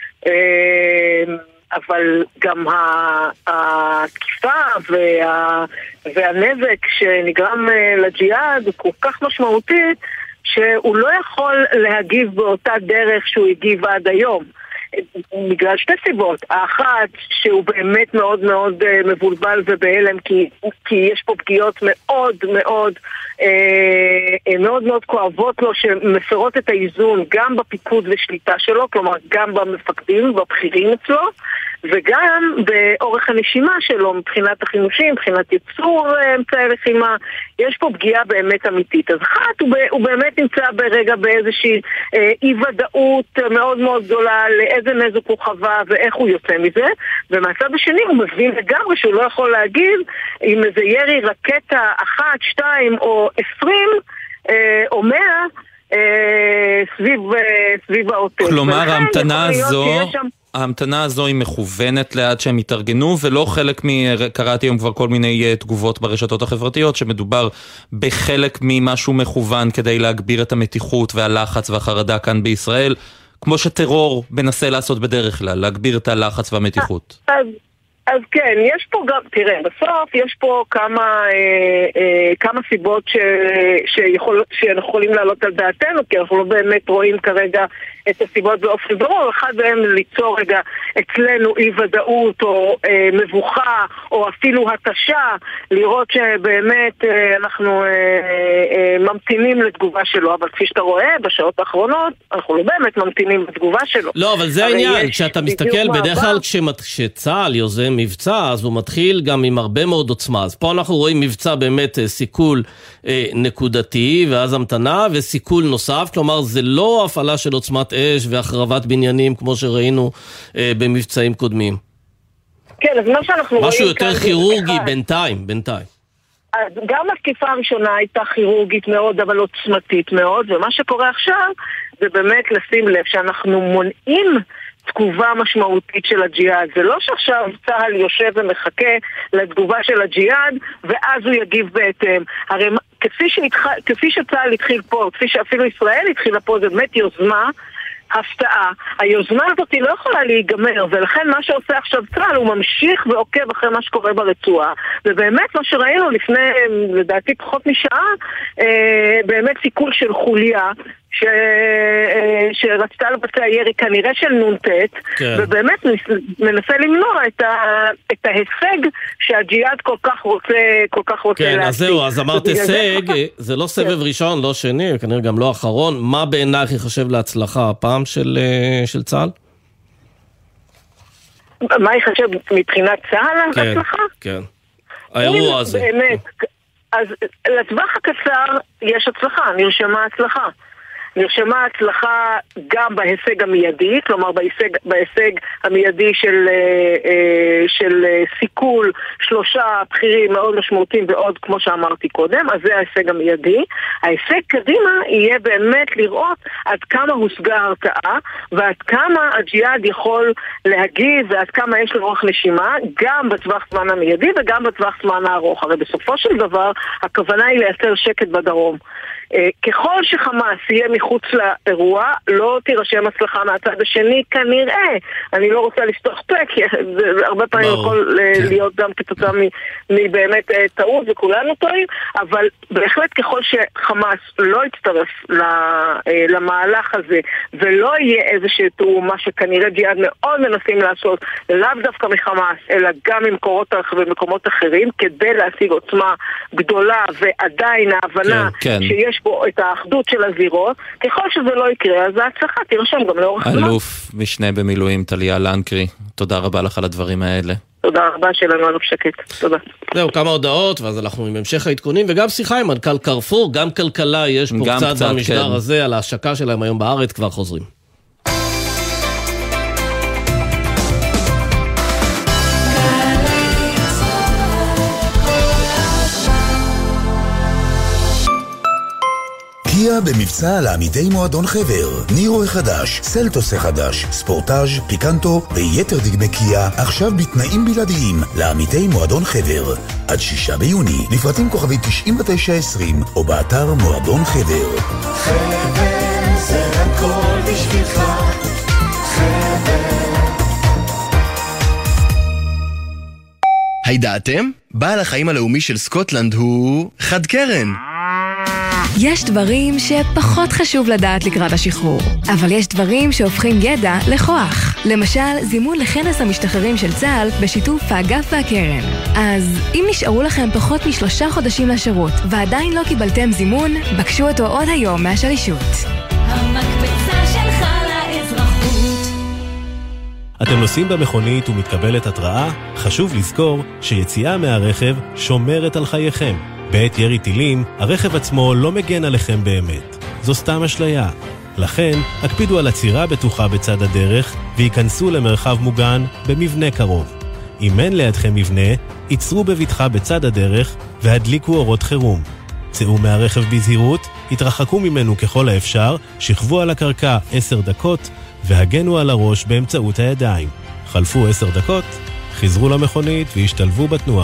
אבל גם התקיפה וה... והנזק שנגרם לג'יהאד הוא כל כך משמעותי שהוא לא יכול להגיב באותה דרך שהוא הגיב עד היום. בגלל שתי סיבות. האחת, שהוא באמת מאוד מאוד מבולבל ובהלם, כי, כי יש פה פגיעות מאוד מאוד אה, מאוד מאוד כואבות לו, שמפרות את האיזון גם בפיקוד ושליטה שלו, כלומר גם במפקדים ובבחירים אצלו, וגם באורך הנשימה שלו, מבחינת החימושים, מבחינת יצור אמצעי לחימה. יש פה פגיעה באמת אמיתית. אז אחת, הוא, הוא באמת נמצא ברגע באיזושהי אה, אי ודאות מאוד מאוד גדולה לאיזה נזק הוא חווה ואיך הוא יוצא מזה, ומהצד השני הוא מבין לגמרי שהוא לא יכול להגיב עם איזה ירי רקטה אחת, שתיים או עשרים אה, או מאה אה, סביב, אה, סביב העוטף. כלומר, ההמתנה הזו... ההמתנה הזו היא מכוונת לעד שהם יתארגנו, ולא חלק מ... קראתי היום כבר כל מיני תגובות ברשתות החברתיות, שמדובר בחלק ממשהו מכוון כדי להגביר את המתיחות והלחץ והחרדה כאן בישראל, כמו שטרור מנסה לעשות בדרך כלל, להגביר את הלחץ והמתיחות. אז, אז כן, יש פה גם, תראה, בסוף יש פה כמה, אה, אה, כמה סיבות ש, שיכול, שאנחנו יכולים לעלות על דעתנו, כי אנחנו לא באמת רואים כרגע את הסיבות באופן ברור. אחד מהם ליצור רגע אצלנו אי ודאות או אה, מבוכה או אפילו התשה, לראות שבאמת אה, אנחנו אה, אה, ממתינים לתגובה שלו, אבל כפי שאתה רואה, בשעות האחרונות אנחנו לא באמת ממתינים לתגובה שלו. לא, אבל זה העניין, כשאתה מסתכל בדרך כלל כשצה"ל יוזם מבצע, אז הוא מתחיל גם עם הרבה מאוד עוצמה. אז פה אנחנו רואים מבצע באמת סיכול אה, נקודתי, ואז המתנה, וסיכול נוסף, כלומר זה לא הפעלה של עוצמת אש והחרבת בניינים, כמו שראינו אה, במבצעים קודמים. כן, אז מה שאנחנו רואים... משהו יותר כירורגי בינתיים, בינתיים. אז גם התקיפה הראשונה הייתה כירורגית מאוד, אבל עוצמתית מאוד, ומה שקורה עכשיו זה באמת לשים לב שאנחנו מונעים תגובה משמעותית של הג'יהאד. זה לא שעכשיו צה"ל יושב ומחכה לתגובה של הג'יהאד ואז הוא יגיב בהתאם. הרי כפי, שהתח... כפי שצה"ל התחיל פה, כפי שאפילו ישראל התחילה פה, זה באמת יוזמה, הפתעה. היוזמה הזאת היא לא יכולה להיגמר, ולכן מה שעושה עכשיו צה"ל הוא ממשיך ועוקב אחרי מה שקורה ברצועה. ובאמת מה שראינו לפני, לדעתי פחות משעה, אה, באמת סיכול של חוליה ש... שרצתה לבצע ירי כנראה של נונטט, כן. ובאמת מנסה למנוע את, ה... את ההישג שהג'יהאד כל כך רוצה, כל כך רוצה כן, להציג. אז זהו, אז אמרת הישג, זה... זה לא סבב כן. ראשון, לא שני, כנראה גם לא אחרון. מה בעינייך יחשב להצלחה הפעם של, של צה"ל? מה יחשב מבחינת צה"ל כן, להצלחה? כן, האירוע הזה. באמת, אז לטווח הקצר יש הצלחה, נרשמה הצלחה. נרשמה הצלחה גם בהישג המיידי, כלומר בהישג, בהישג המיידי של, של סיכול שלושה בכירים מאוד משמעותיים ועוד כמו שאמרתי קודם, אז זה ההישג המיידי. ההישג קדימה יהיה באמת לראות עד כמה הושגה הרתעה ועד כמה הג'יהאד יכול להגיב ועד כמה יש לו רוח נשימה, גם בטווח זמן המיידי וגם בטווח זמן הארוך. הרי בסופו של דבר הכוונה היא לייצר שקט בדרום. ככל שחמאס יהיה מחוץ לאירוע, לא תירשם הצלחה מהצד השני, כנראה. אני לא רוצה לפתוח פה, כי זה הרבה פעמים יכול להיות גם כתוצאה מבאמת טעות, וכולנו טועים, אבל בהחלט ככל שחמאס לא יצטרף למהלך הזה, ולא יהיה איזשהו מה שכנראה ג'יהאד מאוד מנסים לעשות, לאו דווקא מחמאס, אלא גם ממקורות ומקומות אחרים, כדי להשיג עוצמה גדולה, ועדיין ההבנה שיש פה את האחדות של הזירות, ככל שזה לא יקרה, אז ההצלחה תירשם גם לאורך זמן. אלוף משנה במילואים טליה לנקרי, תודה רבה לך על הדברים האלה. תודה רבה שלנו, אלוף שקט. תודה. זהו, כמה הודעות, ואז אנחנו עם המשך העדכונים, וגם שיחה עם מנכ"ל קרפור, גם כלכלה, יש פה קצת, קצת במשדר כן. הזה, על ההשקה שלהם היום בארץ, כבר חוזרים. קיה במבצע לעמיתי מועדון חבר. נירו החדש, סלטוס החדש, ספורטאז', פיקנטו ויתר דגמי קיה עכשיו בתנאים בלעדיים לעמיתי מועדון חבר. עד שישה ביוני, לפרטים כוכבי תשעים ותשע עשרים או באתר מועדון חבר. חבר זה הכל בשבילך. חבר. הידעתם? בעל החיים הלאומי של סקוטלנד הוא חד קרן. יש דברים שפחות חשוב לדעת לקראת השחרור, אבל יש דברים שהופכים ידע לכוח. למשל, זימון לכנס המשתחררים של צה"ל בשיתוף האגף והקרן. אז אם נשארו לכם פחות משלושה חודשים לשירות ועדיין לא קיבלתם זימון, בקשו אותו עוד היום מהשלישות. המקבצה שלך לאזרחות. אתם נוסעים במכונית ומתקבלת התראה? חשוב לזכור שיציאה מהרכב שומרת על חייכם. בעת ירי טילים, הרכב עצמו לא מגן עליכם באמת. זו סתם אשליה. לכן, הקפידו על עצירה בטוחה בצד הדרך, וייכנסו למרחב מוגן במבנה קרוב. אם אין לידכם מבנה, ייצרו בבטחה בצד הדרך, והדליקו אורות חירום. צאו מהרכב בזהירות, התרחקו ממנו ככל האפשר, שכבו על הקרקע עשר דקות, והגנו על הראש באמצעות הידיים. חלפו עשר דקות, חזרו למכונית והשתלבו בתנועה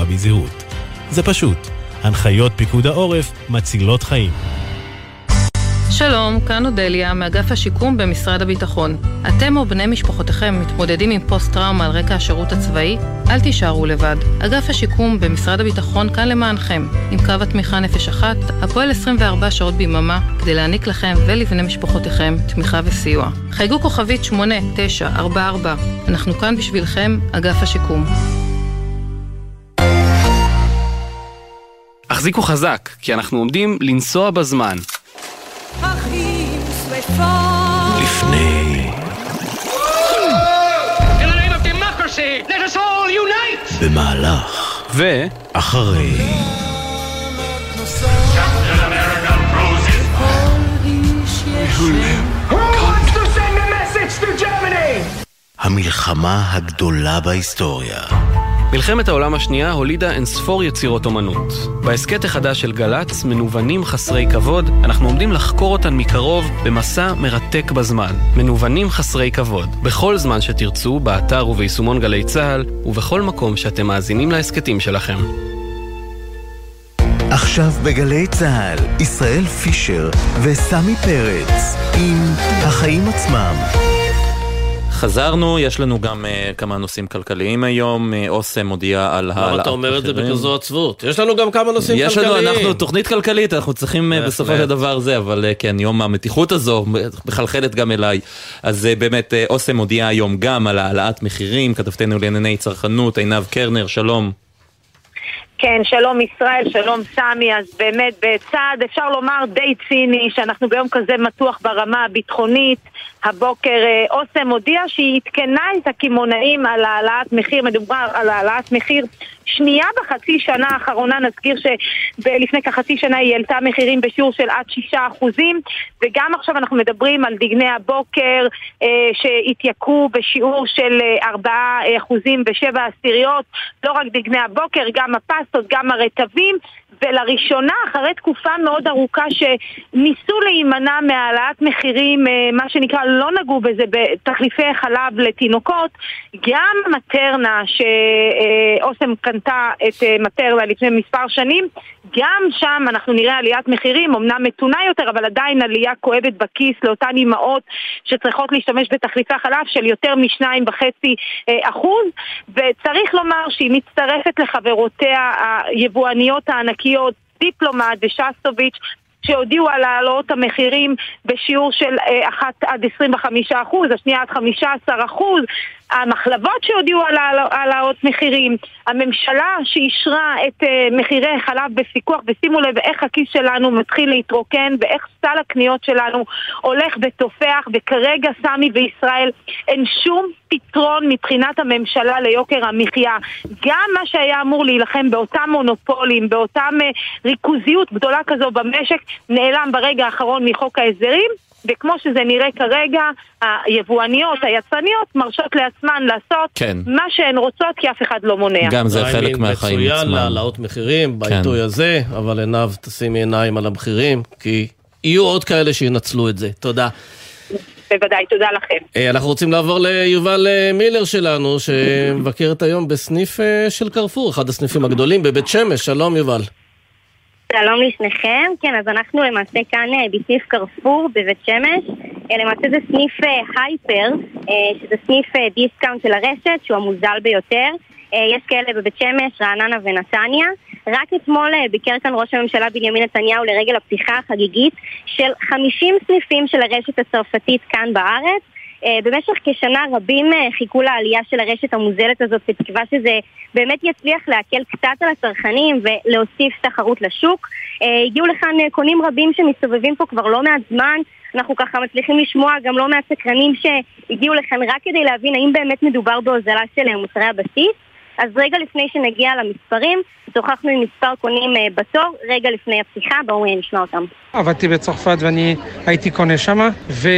שלום, כאן אודליה, מאגף השיקום במשרד הביטחון. אתם או בני משפחותיכם מתמודדים עם פוסט-טראומה על רקע השירות הצבאי? אל תישארו לבד. אגף השיקום במשרד הביטחון כאן למענכם, עם קו התמיכה נפש אחת, הפועל עשרים וארבע שעות ביממה, כדי להעניק לכם ולבני משפחותיכם תמיכה וסיוע. חייגו כוכבית שמונה תשע ארבע ארבע. אנחנו כאן בשבילכם, אגף השיקום. החזיקו חזק, כי אנחנו עומדים לנסוע בזמן. לפני במהלך ואחרי המלחמה הגדולה בהיסטוריה. מלחמת העולם השנייה הולידה אינספור יצירות אומנות. בהסקט החדש של גלץ, מנוונים חסרי כבוד, אנחנו עומדים לחקור אותן מקרוב במסע מרתק בזמן. מנוונים חסרי כבוד. בכל זמן שתרצו, באתר וביישומון גלי צהל, ובכל מקום שאתם מאזינים להסקטים שלכם. עכשיו בגלי צהל, ישראל פישר וסמי פרץ עם החיים עצמם. חזרנו, יש לנו גם uh, כמה נושאים כלכליים היום, uh, אוסם מודיע על העלאת למה אתה אומר את זה בכזו עצבות? יש לנו גם כמה נושאים יש כלכליים. יש לנו, אנחנו תוכנית כלכלית, אנחנו צריכים uh, בסופו של דבר זה, אבל uh, כן, יום המתיחות הזו מחלחלת גם אליי. אז uh, באמת, uh, אוסם מודיע היום גם על העלאת מחירים, כתבתנו לענייני צרכנות, עינב קרנר, שלום. כן, שלום ישראל, שלום סמי. אז באמת בצעד אפשר לומר די ציני שאנחנו ביום כזה מתוח ברמה הביטחונית. הבוקר אוסם הודיע שהיא התקנה את הכימונאים על העלאת מחיר, מדובר על העלאת מחיר שנייה בחצי שנה האחרונה. נזכיר שלפני כחצי שנה היא העלתה מחירים בשיעור של עד שישה אחוזים, וגם עכשיו אנחנו מדברים על דגני הבוקר אה, שהתייקרו בשיעור של ארבעה אחוזים ושבע עשיריות. לא רק דגני הבוקר, גם הפסטות, גם הרטבים, ולראשונה אחרי תקופה מאוד ארוכה שניסו להימנע מהעלאת מחירים, מה שנקרא לא נגעו בזה בתחליפי חלב לתינוקות, גם מטרנה שאוסם קנתה את מטרנה לפני מספר שנים, גם שם אנחנו נראה עליית מחירים, אמנם מתונה יותר, אבל עדיין עלייה כואבת בכיס לאותן אימהות שצריכות להשתמש בתחליפי חלב של יותר משניים וחצי אחוז. וצריך לומר שהיא מצטרפת לחברותיה היבואניות הענקיות דיפלומט ושסטוביץ' שהודיעו על העלות המחירים בשיעור של אחת עד עשרים וחמישה אחוז, השנייה עד חמישה עשר אחוז. המחלבות שהודיעו על העלאות מחירים, הממשלה שאישרה את מחירי חלב בפיקוח, ושימו לב איך הכיס שלנו מתחיל להתרוקן ואיך סל הקניות שלנו הולך ותופח, וכרגע סמי וישראל אין שום פתרון מבחינת הממשלה ליוקר המחיה. גם מה שהיה אמור להילחם באותם מונופולים, באותם ריכוזיות גדולה כזו במשק, נעלם ברגע האחרון מחוק ההסדרים, וכמו שזה נראה כרגע, היבואניות, היצרניות, מרשות לעצמן לעשות כן. מה שהן רוצות, כי אף אחד לא מונע. גם זה חלק מהחיים עצמם. מצוין להעלאות מחירים בעיתוי כן. הזה, אבל עיניו תשימי עיניים על המחירים, כי יהיו עוד כאלה שינצלו את זה. תודה. בוודאי, תודה לכם. אנחנו רוצים לעבור ליובל מילר שלנו, שמבקרת היום בסניף של קרפור, אחד הסניפים הגדולים בבית שמש. שלום יובל. שלום לשניכם. כן, אז אנחנו למעשה כאן בסניף קרפור בבית שמש. למעשה זה סניף הייפר, שזה סניף דיסקאונט של הרשת, שהוא המוזל ביותר. יש כאלה בבית שמש, רעננה ונתניה. רק אתמול ביקר כאן ראש הממשלה בנימין נתניהו לרגל הפתיחה החגיגית של חמישים סניפים של הרשת הצרפתית כאן בארץ. במשך כשנה רבים חיכו לעלייה של הרשת המוזלת הזאת, בתקווה שזה באמת יצליח להקל קצת על הצרכנים ולהוסיף תחרות לשוק. הגיעו לכאן קונים רבים שמסתובבים פה כבר לא מעט זמן. אנחנו ככה מצליחים לשמוע גם לא מעט סקרנים שהגיעו לכאן רק כדי להבין האם באמת מדובר בהוזלה של מוצרי הבסיס. אז רגע לפני שנגיע למספרים, שוחחנו עם מספר קונים בתור, רגע לפני הפתיחה, בואו נשמע אותם. עבדתי בצרפת ואני הייתי קונה שמה,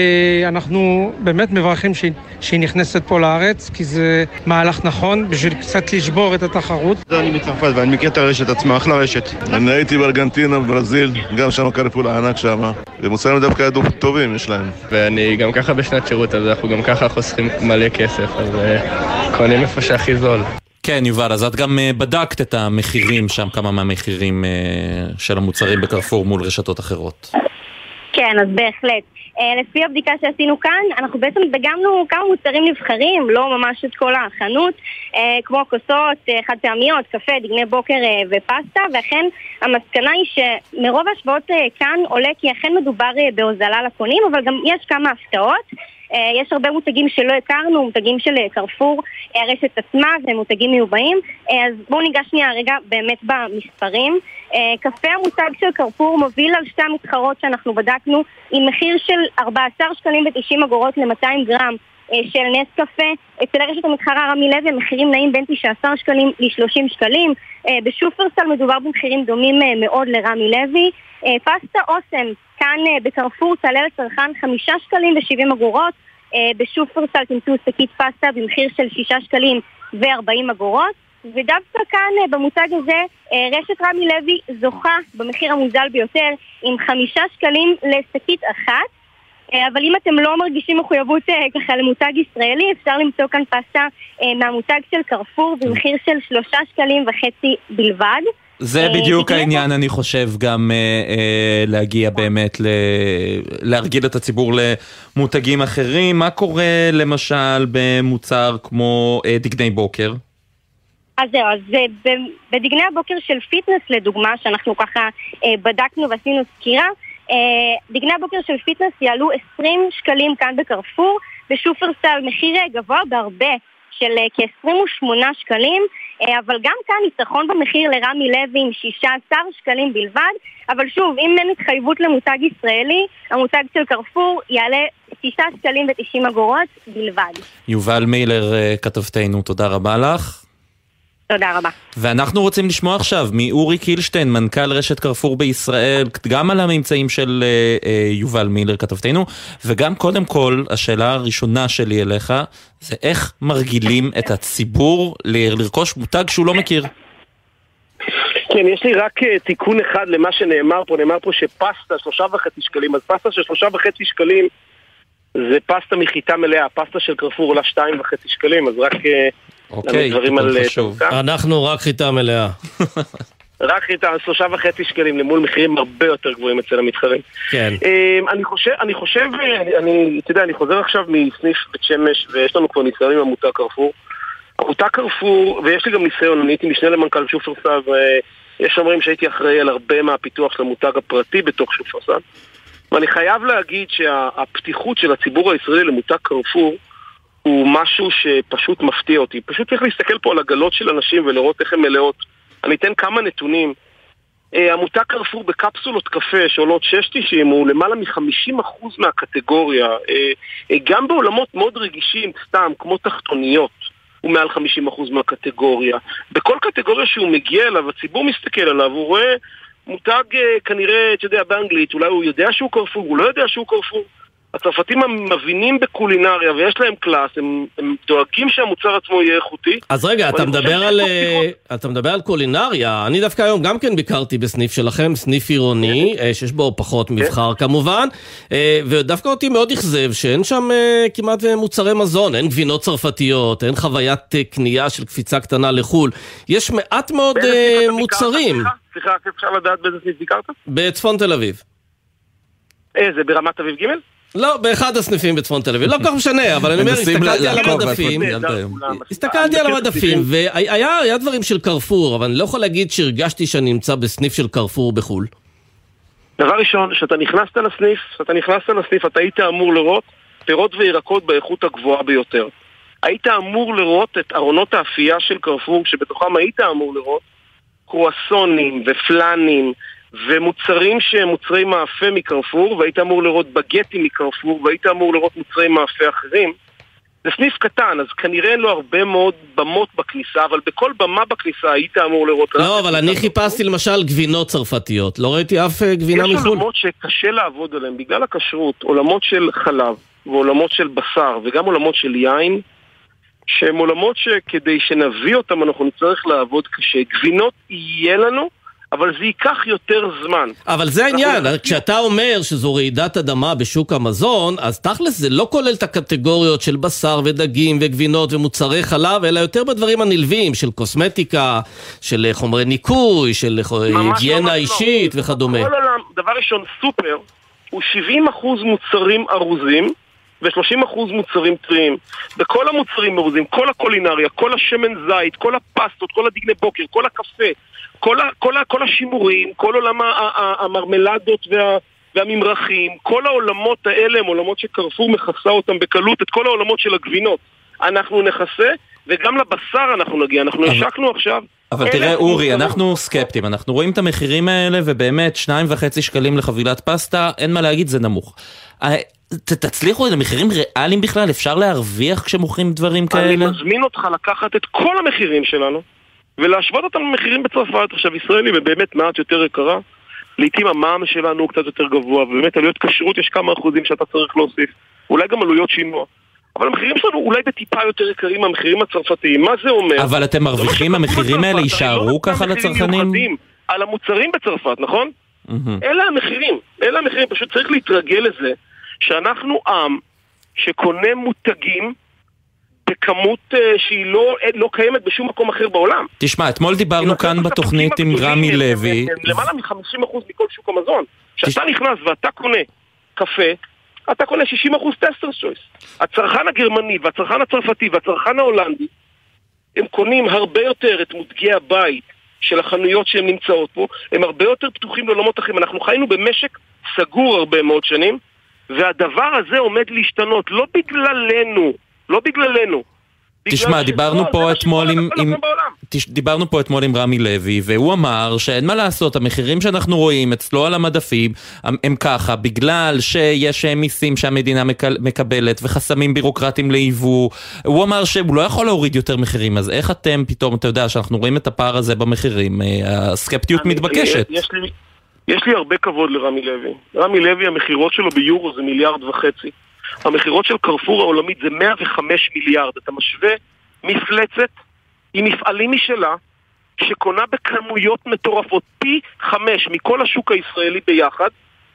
ואנחנו באמת מברכים שהיא, שהיא נכנסת פה לארץ, כי זה מהלך נכון, בשביל קצת לשבור את התחרות. אני מצרפת ואני מכיר את הרשת עצמה, אחלה רשת. אני הייתי בארגנטינה, בברזיל, גם שם קרפול הענק שם, ומוצאים דווקא ידעו טובים יש להם. ואני גם ככה בשנת שירות, אז אנחנו גם ככה חוסכים מלא כסף, אז קונים איפה שהכי זול. כן, יובל, אז את גם בדקת את המחירים שם, כמה מהמחירים של המוצרים בקרפור מול רשתות אחרות. כן, כן, אז בהחלט. לפי הבדיקה שעשינו כאן, אנחנו בעצם דגמנו כמה מוצרים נבחרים, לא ממש את כל החנות, כמו כוסות, חד פעמיות, קפה, דגני בוקר ופסטה, ואכן המסקנה היא שמרוב ההשוואות כאן עולה כי אכן מדובר בהוזלה לקונים, אבל גם יש כמה הפתעות. יש הרבה מותגים שלא הכרנו, מותגים של קרפור, הרשת עצמה, זה מותגים מיובאים. אז בואו ניגש שנייה רגע באמת במספרים. קפה המותג של קרפור מוביל על שתי המתחרות שאנחנו בדקנו עם מחיר של ארבעה עשר שקלים ותשעים אגורות ל-מאתיים גרם של נס קפה. אצל הרשת המתחרה רמי לוי המחירים נעים בין תשעה עשר שקלים ל-שלושים שקלים. בשופרסל מדובר במחירים דומים מאוד לרמי לוי. פסטה אוסם כאן בקרפור תעלה לצרכן חמישה שקלים ושבעים אגורות. בשופרסל תמצאו שקית פסטה במחיר של שישה שקלים וארבעים אגורות. ודווקא כאן במותג הזה רשת רמי לוי זוכה במחיר המוזל ביותר עם חמישה שקלים לשקית אחת. אבל אם אתם לא מרגישים מחויבות ככה למותג ישראלי, אפשר למצוא כאן פסטה מהמותג של קרפור במחיר של שלושה שקלים וחצי בלבד. זה בדיוק העניין, אני חושב, גם להגיע באמת, להרגיל את הציבור למותגים אחרים. מה קורה למשל במוצר כמו דגני בוקר? אז זהו, אז בדגני הבוקר של פיטנס לדוגמה, שאנחנו ככה בדקנו ועשינו סקירה, דגני הבוקר של פיטנס יעלו עשרים שקלים כאן בקרפור, בשופרסל מחיר גבוה בהרבה של כ-עשרים ושמונה שקלים, אבל גם כאן ניצחון במחיר לרמי לוי עם שישה עשר שקלים בלבד, אבל שוב, אם אין התחייבות למותג ישראלי, המותג של קרפור יעלה שישה שקלים ותשעים אגורות בלבד. יובל מילר, כתבתנו, תודה רבה לך. תודה רבה. ואנחנו רוצים לשמוע עכשיו מאורי קילשטיין, מנכ"ל רשת קרפור בישראל, גם על הממצאים של יובל מילר כתבתנו, וגם קודם כל, השאלה הראשונה שלי אליך, זה איך מרגילים את הציבור לרכוש מותג שהוא לא מכיר? כן, יש לי רק תיקון אחד למה שנאמר פה, נאמר פה שפסטה שלושה וחצי שקלים, אז פסטה של שלושה וחצי שקלים זה פסטה מחיטה מלאה, פסטה של קרפור עולה שתיים וחצי שקלים, אז רק... אוקיי, אנחנו רק חיטה מלאה. רק חיטה, שלושה וחצי שקלים למול מחירים הרבה יותר גבוהים אצל המתחרים. כן. אני חושב, אני חושב, אני, אתה יודע, אני חוזר עכשיו מסניף בית שמש, ויש לנו כבר ניסיון עם המותג קרפור. המותג קרפור, ויש לי גם ניסיון, אני הייתי משנה למנכ"ל שופרסל, ויש אומרים שהייתי אחראי על הרבה מהפיתוח של המותג הפרטי בתוך שופרסל. ואני חייב להגיד שהפתיחות של הציבור הישראלי למותג קרפור, הוא משהו שפשוט מפתיע אותי. פשוט צריך להסתכל פה על הגלות של אנשים ולראות איך הן מלאות. אני אתן כמה נתונים. המותג קרפור בקפסולות קפה שעולות שש תשעים הוא למעלה מ-חמישים אחוז מהקטגוריה. גם בעולמות מאוד רגישים, סתם, כמו תחתוניות, הוא מעל חמישים אחוז מהקטגוריה. בכל קטגוריה שהוא מגיע אליו, הציבור מסתכל עליו, הוא רואה מותג כנראה, אתה יודע, באנגלית, אולי הוא יודע שהוא קרפור, הוא לא יודע שהוא קרפור. הצרפתים מבינים בקולינריה ויש להם קלאס, הם, הם דואגים שהמוצר עצמו יהיה איכותי. אז רגע, אתה מדבר על, אתה מדבר על קולינריה. אני דווקא היום גם כן ביקרתי בסניף שלכם, סניף עירוני, שיש בו פחות מבחר כמובן, ודווקא אותי מאוד אכזב שאין שם כמעט מוצרי מזון, אין גבינות צרפתיות, אין חוויית קנייה של קפיצה קטנה לחול. יש מעט מאוד מוצרים. סליחה, אפשר לדעת באיזה סניף ביקרת? בצפון תל אביב. איזה, ברמת אביב ג'? לא, באחד הסניפים בצפון תל אביב, לא כל כך משנה, אבל אני אומר, הסתכלתי על המדפים, הסתכלתי על המדפים, והיה דברים של קרפור, אבל אני לא יכול להגיד שהרגשתי שאני נמצא בסניף של קרפור בחול. דבר ראשון, שאתה נכנסת לסניף, שאתה נכנסת לסניף, אתה היית אמור לראות פירות וירקות באיכות הגבוהה ביותר. היית אמור לראות את ארונות האפייה של קרפור, שבתוכם היית אמור לראות קרואסונים ופלנים, ומוצרים שהם מוצרי מאפה מקרפור, והיית אמור לראות בגטים מקרפור, והיית אמור לראות מוצרי מאפה אחרים. זה סניף קטן, אז כנראה אין לו הרבה מאוד במות בכניסה, אבל בכל במה בכניסה היית אמור לראות... לא, אבל אני חיפשתי למשל גבינות צרפתיות, לא ראיתי אף גבינה מחול. יש עולמות שקשה לעבוד עליהם, בגלל הכשרות, עולמות של חלב, ועולמות של בשר, וגם עולמות של יין, שהם עולמות שכדי שנביא אותם אנחנו נצטרך לעבוד קשה. גבינות יהיה לנו, אבל זה ייקח יותר זמן. אבל זה העניין, כשאתה אומר שזו רעידת אדמה בשוק המזון, אז תכלס זה לא כולל את הקטגוריות של בשר ודגים וגבינות ומוצרי חלב, אלא יותר בדברים הנלווים, של קוסמטיקה, של חומרי ניקוי, של היגיינה אישית וכדומה. כל עולם, דבר ראשון, סופר, הוא שבעים אחוז מוצרים ארוזים ו-שלושים אחוז מוצרים טריים. וכל המוצרים ארוזים, כל הקולינריה, כל השמן זית, כל הפסטות, כל הדגני בוקר, כל הקפה, כל, ה, כל, ה, כל השימורים, כל עולם המרמלדות וה, והממרחים, כל העולמות האלה הם עולמות שקרפור מכסה אותם בקלות, את כל העולמות של הגבינות אנחנו נכסה, וגם לבשר אנחנו נגיע, אנחנו השקנו עכשיו. אבל תראה אורי, אנחנו סקפטים, אנחנו רואים את המחירים האלה, ובאמת שניים וחצי שקלים לחבילת פסטה, אין מה להגיד, זה נמוך. תצליחו, את המחירים ריאליים בכלל, אפשר להרוויח כשמוכרים דברים כאלה? אני מזמין אותך לקחת את כל המחירים שלנו, ולהשוות אותם למחירים בצרפת. עכשיו ישראלי ובאמת מעט יותר יקרה, לעתים המע"מ שלנו הוא קצת יותר גבוה, ובאמת עלויות כשרות יש כמה אחוזים שאתה צריך להוסיף, אולי גם עלויות שינוע. אבל המחירים שלנו אולי בטיפה יותר יקרים מהמחירים הצרפתיים. מה זה אומר? אבל אתם מרוויחים, המחירים האלה יישארו ככה לצרכנים? על המוצרים בצרפת, נכון? אלה המחירים, אלה המחירים, פשוט צריך להתרגל לזה שאנחנו עם שקונה מותגים בכמות שהיא לא, לא קיימת בשום מקום אחר בעולם. תשמע, אתמול דיברנו כאן בתוכנית עם רמי לוי. למעלה מ-חמישים אחוז מכל שוק המזון. כשאתה נכנס ואתה קונה קפה, אתה קונה שישים אחוז טסטרס שויס. הצרכן הגרמני והצרכן הצרפתי והצרכן ההולנדי, הם קונים הרבה יותר את מותגי הבית של החנויות שהן נמצאות פה, הם הרבה יותר פתוחים לעולמות אחרים. אנחנו חיינו במשק סגור הרבה מאוד שנים, והדבר הזה עומד להשתנות, לא בגללנו, לא בגללנו. תשמע, דיברנו פה אתמול עם, עם דיברנו פה אתמול עם רמי לוי, והוא אמר שאין מה לעשות, המחירים שאנחנו רואים אצלו על המדפים הם, הם ככה, בגלל שיש מיסים שהמדינה מקבלת וחסמים בירוקרטיים ליבוא. הוא אמר שהוא לא יכול להוריד יותר מחירים, אז איך אתם פתאום, אתה יודע, שאנחנו רואים את הפער הזה במחירים, הסקפטיות אני, מתבקשת. יש לי, יש לי הרבה כבוד לרמי לוי. רמי לוי, המחירות שלו ביורו זה מיליארד וחצי. המחירות של קרפור העולמית זה מאה וחמישה מיליארד. אתה משווה מפלצת עם מפעלים משלה שקונה בכמויות מטורפות פי חמש מכל השוק הישראלי ביחד.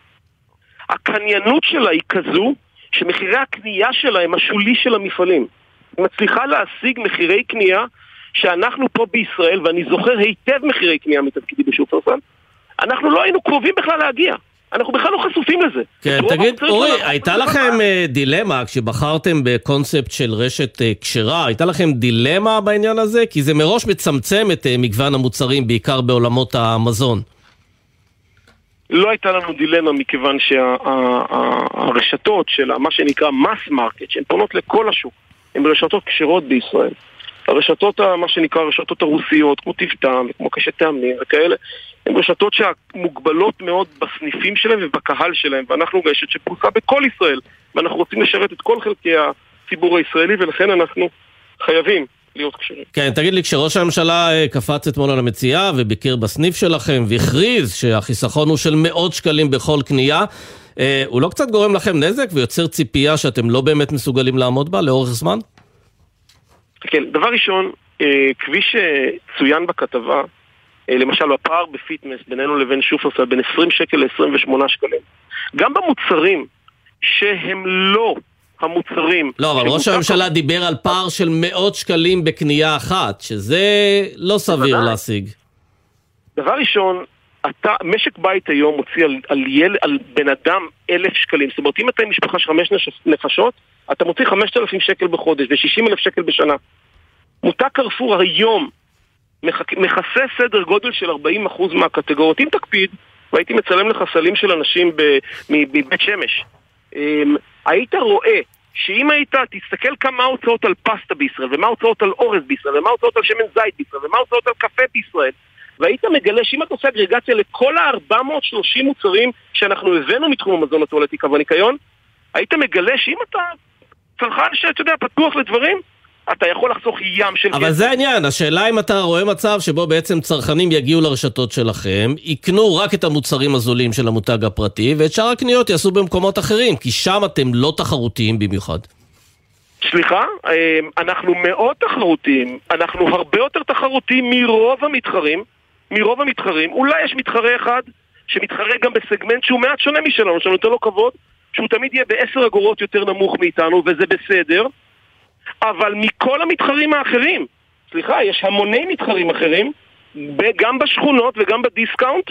הקניינות שלה היא כזו שמחירי הקנייה שלה הם השולי של המפעלים. היא מצליחה להשיג מחירי קנייה שאנחנו פה בישראל, ואני זוכר היטב מחירי קנייה מתפקידי בשופרסל, אנחנו לא היינו קרובים בכלל להגיע. אנחנו בכלל לא חשופים לזה. כן, תגיד, אורי, הייתה לכם דילמה כשבחרתם בקונספט של רשת כשרה, הייתה לכם דילמה בעניין הזה? כי זה מראש מצמצם את מגוון המוצרים, בעיקר בעולמות המזון. לא הייתה לנו דילמה, מכיוון שהרשתות של מה שנקרא mass market, שהן פונות לכל השוק, הן רשתות כשרות בישראל. הרשתות, מה שנקרא, הרשתות הרוסיות, כמו טבטם, כמו קשת טעמים וכאלה, הן רשתות שמוגבלות מאוד בסניפים שלהם ובקהל שלהם, ואנחנו רשת שפרוסה בכל ישראל, ואנחנו רוצים לשרת את כל חלקי הציבור הישראלי, ולכן אנחנו חייבים להיות כשרים. כן, תגיד לי, כשראש הממשלה קפץ אתמול על המציאה וביקר בסניף שלכם והכריז שהחיסכון הוא של מאות שקלים בכל קנייה, הוא לא קצת גורם לכם נזק ויוצר ציפייה שאתם לא באמת מסוגלים לעמוד בה לאורך זמן? כן, דבר ראשון, כפי שצוין בכתבה, למשל הפער בפיטנס בינינו לבין שופרסל בין עשרים שקל ל-עשרים ושמונה שקלים. גם במוצרים שהם לא המוצרים... לא, אבל ראש הממשלה דיבר על פער של מאות שקלים בקנייה אחת, שזה לא סביר להשיג. דבר ראשון, אתה, משק בית היום מוציא על, על, יל, על בן אדם אלף שקלים. זאת אומרת, אם אתה עם משפחה של חמש נפשות, אתה מוציא חמשת אלפים שקל בחודש ו-שישים אלף שקל בשנה. מותג קרפור היום מכסה סדר גודל של ארבעים אחוז מהקטגוריות. אם תקפיד, והייתי מצלם לך סלים של אנשים מבית שמש, היית רואה שאם היית תסתכל כמה הוצאות על פסטה בישראל, ומה הוצאות על אורז בישראל, ומה הוצאות על שמן זית בישראל, ומה הוצאות על קפה בישראל, והיית מגלה שאם אתה עושה אגרגציה לכל ה-ארבע מאות ושלושים מוצרים שאנחנו הבאנו מתחום המזון הטואלטיקה והניקיון, היית מגלה שאם אתה צרכן שאתה יודע פתוח לדברים, אתה יכול לחסוך ים של... אבל זה העניין, השאלה אם אתה רואה מצב שבו בעצם צרכנים יגיעו לרשתות שלכם, יקנו רק את המוצרים הזולים של המותג הפרטי, ואת שאר הקניות יעשו במקומות אחרים, כי שם אתם לא תחרותיים במיוחד. סליחה, אנחנו מאוד תחרותיים, אנחנו הרבה יותר תחרותיים מרוב המתחרים, מרוב המתחרים, אולי יש מתחרה אחד שמתחרה גם בסגמנט שהוא מעט שונה משלנו, שאני נותן לו כבוד, שהוא תמיד יהיה בעשר אגורות יותר נמוך מאיתנו, וזה בסדר, אבל מכל המתחרים האחרים, סליחה, יש המוני מתחרים אחרים, גם בשכונות וגם בדיסקאונט,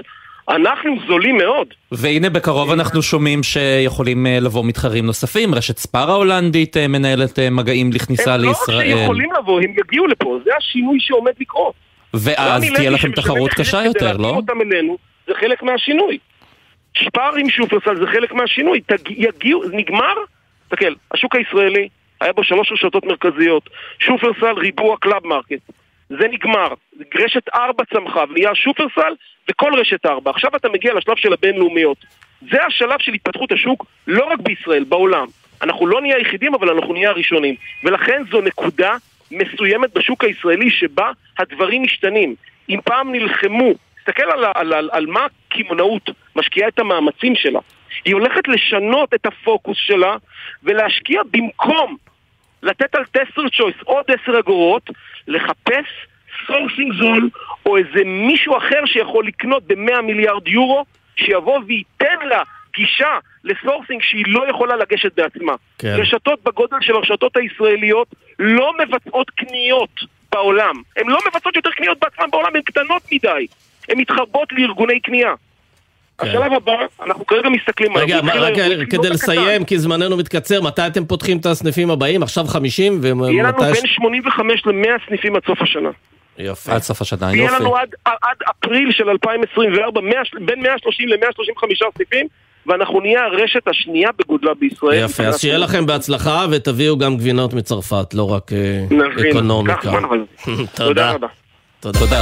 אנחנו זולים מאוד. והנה בקרוב אנחנו שומעים שיכולים לבוא מתחרים נוספים, רשת ספר ההולנדית מנהלת מגעים לכניסה לישראל. הם לא שיכולים לבוא, הם יגיעו לפה, זה השינוי שעומד לקרות. ואז תהיה לכם תחרות קשה יותר, לא? זה חלק מהשינוי. ספר עם שופרסל זה חלק מהשינוי. יגיעו, נגמר, תקל, השוק הישראלי היה בו שלוש רשתות מרכזיות, שופרסל, ריבוע, קלאב מרקט. זה נגמר. רשת ארבע צמחה, ונהיה שופרסל וכל רשת ארבע. עכשיו אתה מגיע לשלב של הבינלאומיות. זה השלב של התפתחות השוק, לא רק בישראל, בעולם. אנחנו לא נהיה היחידים, אבל אנחנו נהיה הראשונים. ולכן זו נקודה מסוימת בשוק הישראלי שבה הדברים משתנים. אם פעם נלחמו, תסתכל על, על, על, על מה כימונאות משקיעה את המאמצים שלה. היא הולכת לשנות את הפוקוס שלה ולהשקיע במקום לתת על טסטר צ'ויס עוד עשר אגורות, לחפש סורסינג זול או איזה מישהו אחר שיכול לקנות ב-מאה מיליארד יורו, שיבוא וייתן לה גישה לסורסינג שהיא לא יכולה לגשת בעצמה. כן. רשתות בגודל של הרשתות הישראליות לא מבצעות קניות בעולם. הן לא מבצעות יותר קניות בעצמן בעולם, הן קטנות מדי. הן מתחרבות לארגוני קנייה. כן. השלב הבא, אנחנו כרגע מסתכלים... רגע, מה, רק כדי לסיים, כי זמננו מתקצר, מתי אתם פותחים את הסניפים הבאים? עכשיו חמשים? יהיה לנו בין שמונים וחמש למאה סניפים עד סוף השנה. יופי. עד סוף השנה, יופי. יהיה לנו עד, עד אפריל של אלפיים עשרים וארבע, בין מאה ושלושים למאה שלושים וחמישה סניפים, ואנחנו נהיה הרשת השנייה בגודלה בישראל. יפה, אז שיהיה לכם בהצלחה, ותביאו גם גבינות מצרפת, לא רק נבין, אקונומיקה. תודה רבה. תודה.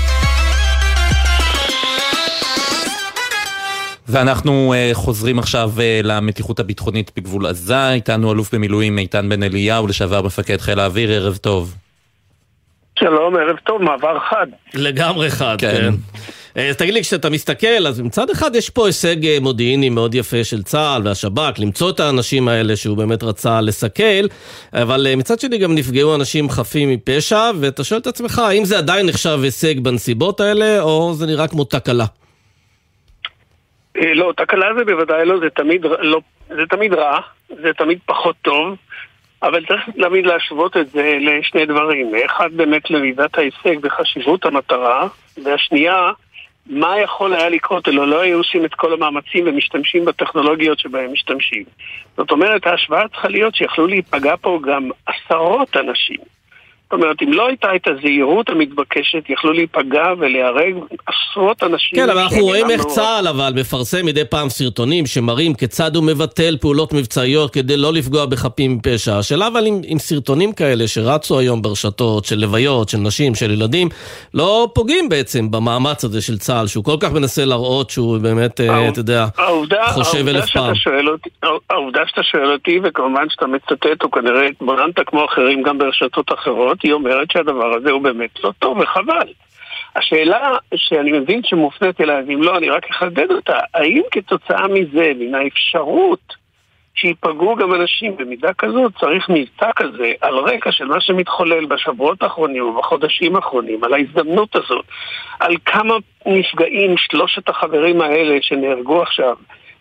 ואנחנו uh, חוזרים עכשיו uh, למתיחות הביטחונית בגבול עזה. איתנו אלוף במילואים איתן בן אליהו, לשעבר מפקד חיל האוויר. ערב טוב. שלום, ערב טוב, מעבר חד. לגמרי חד, כן. כן. אז תגיד לי, כשאתה מסתכל, אז מצד אחד יש פה הישג מודיעיני מאוד יפה של צה"ל והשב"כ, למצוא את האנשים האלה שהוא באמת רצה לסכל, אבל מצד שני גם נפגעו אנשים חפים מפשע, ואתה שואל את עצמך, האם זה עדיין נחשב הישג בנסיבות האלה, או זה נראה כמו תקלה? לא, תקלה זה בוודאי לא, זה תמיד, לא, זה תמיד רע, זה תמיד פחות טוב, אבל צריך תמיד להשוות את זה לשני דברים. אחד באמת למידת ההישג בחשיבות המטרה, והשנייה, מה יכול היה לקרות, אלא לא היו עושים את כל המאמצים ומשתמשים בטכנולוגיות שבהם משתמשים. זאת אומרת, ההשוואה צריכה להיות שיכלו להיפגע פה גם עשרות אנשים. זאת אומרת, אם לא הייתה את הזהירות המתבקשת, יכלו להיפגע ולהרג עשרות אנשים. כן, אבל אנחנו רואים איך צה"ל אבל מפרסם מדי פעם סרטונים שמראים כיצד הוא מבטל פעולות מבצעיות כדי לא לפגוע בחפים מפשע. השאלה אבל עם, עם סרטונים כאלה שרצו היום ברשתות של לוויות, של נשים, של ילדים, לא פוגעים בעצם במאמץ הזה של צה"ל, שהוא כל כך מנסה להראות שהוא באמת, אתה יודע, חושב אלף פעם. העובדה שאתה שואל אותי, וכמובן שאתה מצטט, או כנראה התבוננת כמו אחרים גם ברשתות אחרות, היא אומרת שהדבר הזה הוא באמת לא טוב וחבל. השאלה שאני מבין שמופנית אליי, אם לא, אני רק אחדד אותה, האם כתוצאה מזה, מן האפשרות שיפגעו גם אנשים במידה כזאת, צריך מבצע כזה על רקע של מה שמתחולל בשבועות האחרונים ובחודשים האחרונים, על ההזדמנות הזאת, על כמה נפגעים שלושת החברים האלה שנהרגו עכשיו,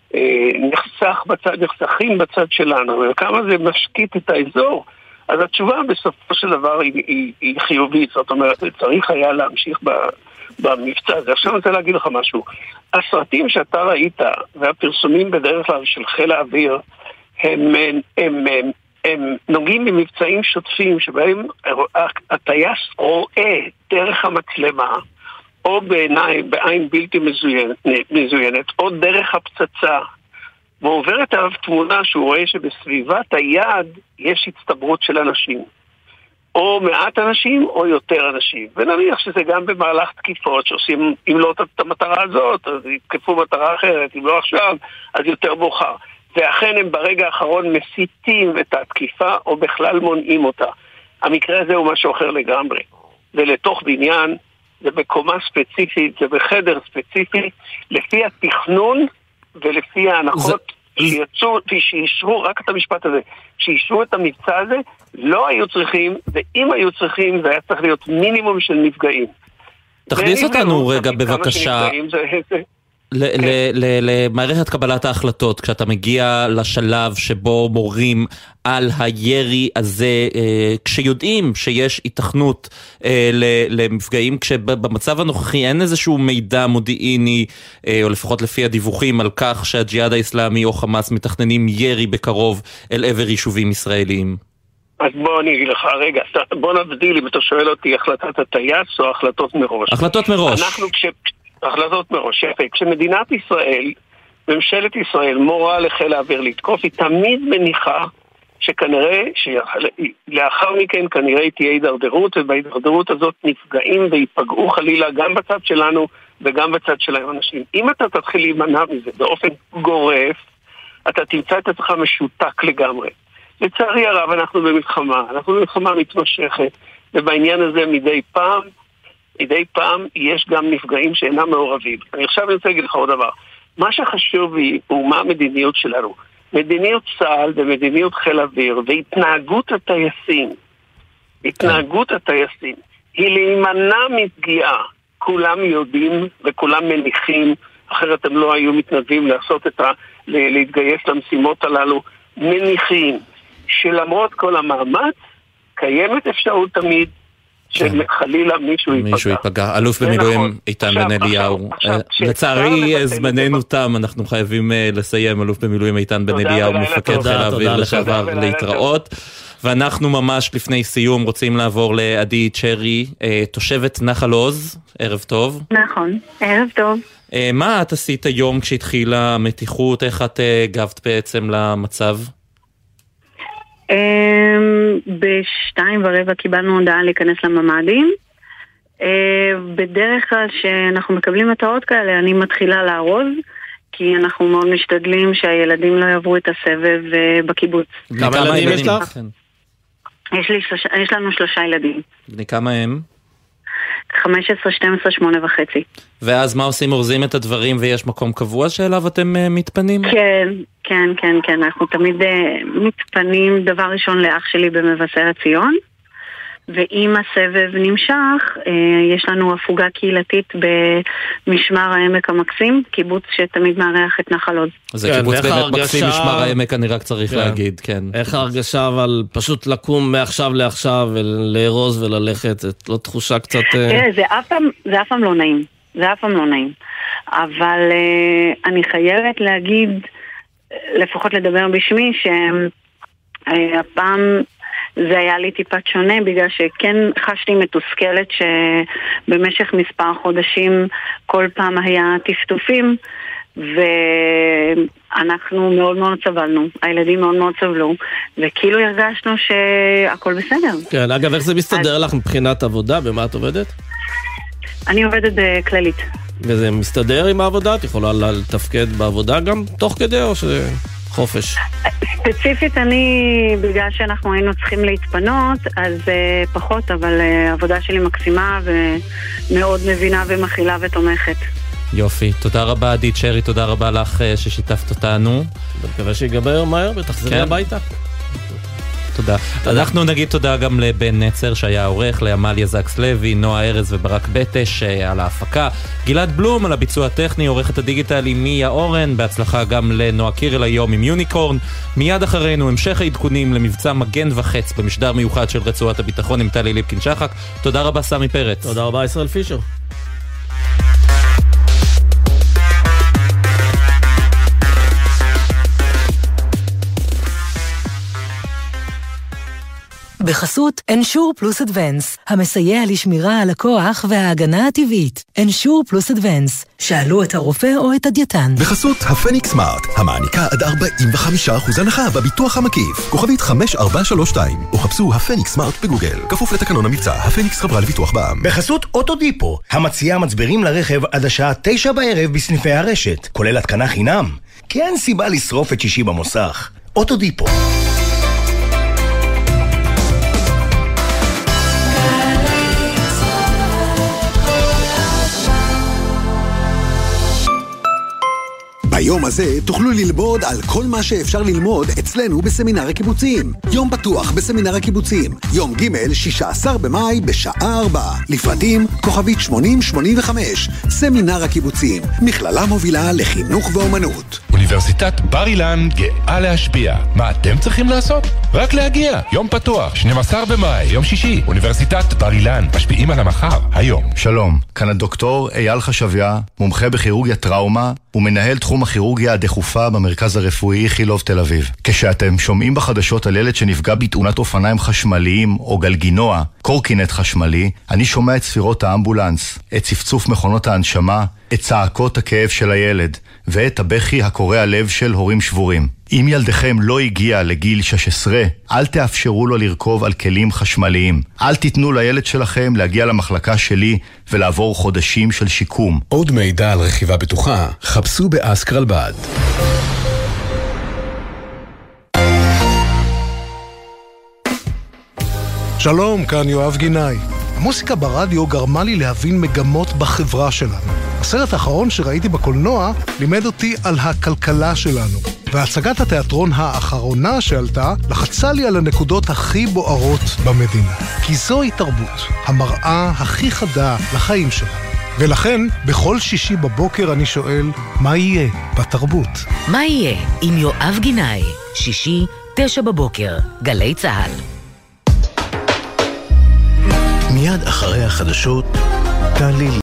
נחסך בצד, נחסכים בצד שלנו, וכמה זה משקיט את האזור. אז התשובה בסופו של דבר היא, היא, היא חיובית, זאת אומרת, צריך היה להמשיך במבצע הזה. עכשיו אני רוצה להגיד לך משהו. הסרטים שאתה ראית, והפרסומים בדרך כלל של חיל האוויר, הם, הם, הם, הם, הם נוגעים במבצעים שוטפים, שבהם הטייס רואה דרך המצלמה, או בעיניים, בעין בלתי מזוינת, מזוינת, או דרך הפצצה, ועוברת עליו תמונה שהוא רואה שבסביבת היעד יש הצטברות של אנשים. או מעט אנשים או יותר אנשים. ונניח שזה גם במהלך תקיפות שעושים, אם לא את המטרה הזאת, אז יתקפו מטרה אחרת, אם לא עכשיו, אז יותר מאוחר. ואכן הם ברגע האחרון מסיתים את התקיפה או בכלל מונעים אותה. המקרה הזה הוא משהו אחר לגמרי. זה לתוך בניין, זה בקומה ספציפית, זה בחדר ספציפי, לפי התכנון ולפי ההנחות שיצאו, שישרו, רק את המשפט הזה, שישרו את המבצע הזה, לא היו צריכים, ואם היו צריכים, זה היה צריך להיות מינימום של נפגעים. תכניס אותנו רגע בבקשה למערכת קבלת ההחלטות, כשאתה מגיע לשלב שבו מורים על הירי הזה, כשיודעים שיש התכנות למפגעים, כשבמצב הנוכחי אין איזשהו מידע מודיעיני, או לפחות לפי הדיווחים, על כך שהג'יהאד האסלאמי או חמאס מתכננים ירי בקרוב אל עבר יישובים ישראליים? אז בוא אני אגיד לך, רגע, בוא נבדיל אם אתה שואל אותי החלטת הטייס או החלטות מראש. החלטות מראש. אנחנו כש... החלטות מראש, יפה. כשמדינת ישראל, ממשלת ישראל, מורה לחיל האוויר לתקוף, היא תמיד מניחה שכנראה, שלאחר מכן כנראה תהיה הידרדרות, ובהידרדרות הזאת נפגעים ויפגעו חלילה גם בצד שלנו וגם בצד שלהם אנשים. אם אתה תתחיל להימנע מזה באופן גורף, אתה תמצא את עצמך משותק לגמרי. לצערי הרב, אנחנו במלחמה, אנחנו במלחמה מתמשכת, ובעניין הזה מדי פעם, מדי פעם יש גם נפגעים שאינם מעורבים. אני עכשיו רוצה להגיד לך עוד דבר. מה שחשוב הוא מה המדיניות שלנו. מדיניות צה"ל ומדיניות חיל אוויר והתנהגות הטייסים, התנהגות הטייסים היא להימנע מפגיעה. כולם יודעים וכולם מניחים, אחרת הם לא היו מתנדבים לעשות את ה... להתגייס למשימות הללו, מניחים שלמרות כל המאמץ קיימת אפשרות תמיד שחלילה מישהו ייפגע. מישהו ייפגע. אלוף במילואים איתן בן אליהו. לצערי זמננו תם, אנחנו חייבים לסיים. אלוף במילואים איתן בן אליהו, מפקד חיל האוויר לשעבר, להתראות. ואנחנו ממש לפני סיום רוצים לעבור לעדי צ'רי, תושבת נחל עוז. ערב טוב. נכון, ערב טוב. מה את עשית היום כשהתחילה המתיחות? איך את הגבת בעצם למצב? בשתיים ורבע קיבלנו הודעה להיכנס לממדים. בדרך כלל שאנחנו מקבלים התראות כאלה אני מתחילה לארוז, כי אנחנו מאוד משתדלים שהילדים לא יעברו את הסבב בקיבוץ. כמה ילדים יש לך? יש לי, יש לנו שלושה ילדים. בני כמה הם? חמש עשרה, שתים עשרה, שמונה וחצי. ואז מה עושים? אורזים את הדברים ויש מקום קבוע שאליו אתם uh, מתפנים? כן, כן, כן, כן. אנחנו תמיד uh, מתפנים דבר ראשון לאח שלי במבשרת ציון, ואם הסבב נמשך, uh, יש לנו הפוגה קהילתית במשמר העמק המקסים, קיבוץ שתמיד מארח את נחל עוז. זה כן, קיבוץ באמת הרגשה... מקסים, משמר העמק אני רק צריך כן. להגיד, כן. איך ההרגשה אבל פשוט לקום מעכשיו לעכשיו ולארוז וללכת, זאת לא תחושה קצת... תראה, זה אף פעם, זה אף פעם לא נעים, זה אף פעם לא נעים. אבל uh, אני חייבת להגיד, לפחות לדבר בשמי, שהפעם... זה היה לי טיפת שונה, בגלל שכן חשתי מתוסכלת שבמשך מספר חודשים כל פעם היה טפטופים, ואנחנו מאוד מאוד סבלנו, הילדים מאוד מאוד סבלו, וכאילו הרגשנו שהכל בסדר. כן, אגב, איך זה מסתדר לך מבחינת עבודה? במה את עובדת? אני עובדת בכללית. וזה מסתדר עם העבודה? את יכולה לתפקד בעבודה גם תוך כדי או ש... חופש. ספציפית אני, בגלל שאנחנו היינו צריכים להתפנות, אז uh, פחות, אבל העבודה uh, שלי מקסימה ומאוד מבינה ומכילה ותומכת. יופי, תודה רבה עדי צ'רי, תודה רבה לך uh, ששיתפת אותנו. מקווה שיגבר מהר ותחזרי כן. הביתה. תודה. תודה. אנחנו נגיד תודה גם לבן נצר שהיה עורך, לעמליה זקס לוי, נועה ארז וברק בטש על ההפקה, גלעד בלום על הביצוע הטכני, עורכת הדיגיטל עם מיה אורן, בהצלחה גם לנועה קירל היום עם יוניקורן. מיד אחרינו המשך העדכונים למבצע מגן וחץ במשדר מיוחד של רצועת הביטחון עם טלי ליפקין שחק. תודה רבה סמי פרץ. תודה רבה ישראל פישר. בחסות Ensure Plus Advance, המסייע לשמירה על הכוח וההגנה הטבעית. Ensure Plus Advance, שאלו את הרופא או את הדייטן. בחסות הפניקס סמארט, המעניקה עד ארבעים וחמישה אחוז הנחה בביטוח המקיף. כוכבית חמש ארבע שלוש שתיים, או חפשו הפניקס סמארט בגוגל. כפוף לתקנון המבצע, הפניקס חברה לביטוח בע"מ. בחסות אוטודיפו, המציעה מצברים לרכב עד השעה תשע בערב בסניפי הרשת, כולל התקנה חינם. כי אין סיבה לשרוף את שישי במוסך. אוטודיפו. ביום הזה תוכלו ללמוד על כל מה שאפשר ללמוד אצלנו בסמינר הקיבוצים. יום פתוח בסמינר הקיבוצים, יום ג' שישה עשר במאי בשעה ארבע. לפרטים כוכבית שמונים שמונים וחמש. סמינר הקיבוצים, מכללה מובילה לחינוך ואומנות. אוניברסיטת בר אילן גאה להשפיע. מה אתם צריכים לעשות? רק להגיע. יום פתוח, שנים עשר במאי, יום שישי. אוניברסיטת בר אילן, משפיעים על המחר, היום. שלום, כאן הדוקטור אייל חשביה, מומחה בכירורגיה טראומה ומנהל תחום הכירורגיה הדחופה במרכז הרפואי איכילוב תל אביב. כשאתם שומעים בחדשות על ילד שנפגע בתאונת אופניים חשמליים או גלגינוע, קורקינט חשמלי, אני שומע את ספירות האמבולנס, את צפצוף מכונות ההנשמה, את צעקות הכאב של הילד, ואת הבכי הקורע לב של הורים שבורים. אם ילדכם לא הגיע לגיל שש עשרה, אל תאפשרו לו לרכוב על כלים חשמליים. אל תיתנו לילד שלכם להגיע למחלקה שלי ולעבור חודשים של שיקום. עוד מידע על רכיבה בטוחה, חפשו באסקרלבד. שלום, כאן יואב גינאי. המוסיקה ברדיו גרמה לי להבין מגמות בחברה שלנו. הסרט האחרון שראיתי בקולנוע לימד אותי על הכלכלה שלנו. והצגת התיאטרון האחרונה שעלתה לחצה לי על הנקודות הכי בוערות במדינה. כי זוהי תרבות, המראה הכי חדה לחיים שלנו. ולכן, בכל שישי בבוקר אני שואל, מה יהיה בתרבות? מה יהיה עם יואב גינאי? שישי, תשע בבוקר, גלי צהל. מיד אחרי החדשות, טלי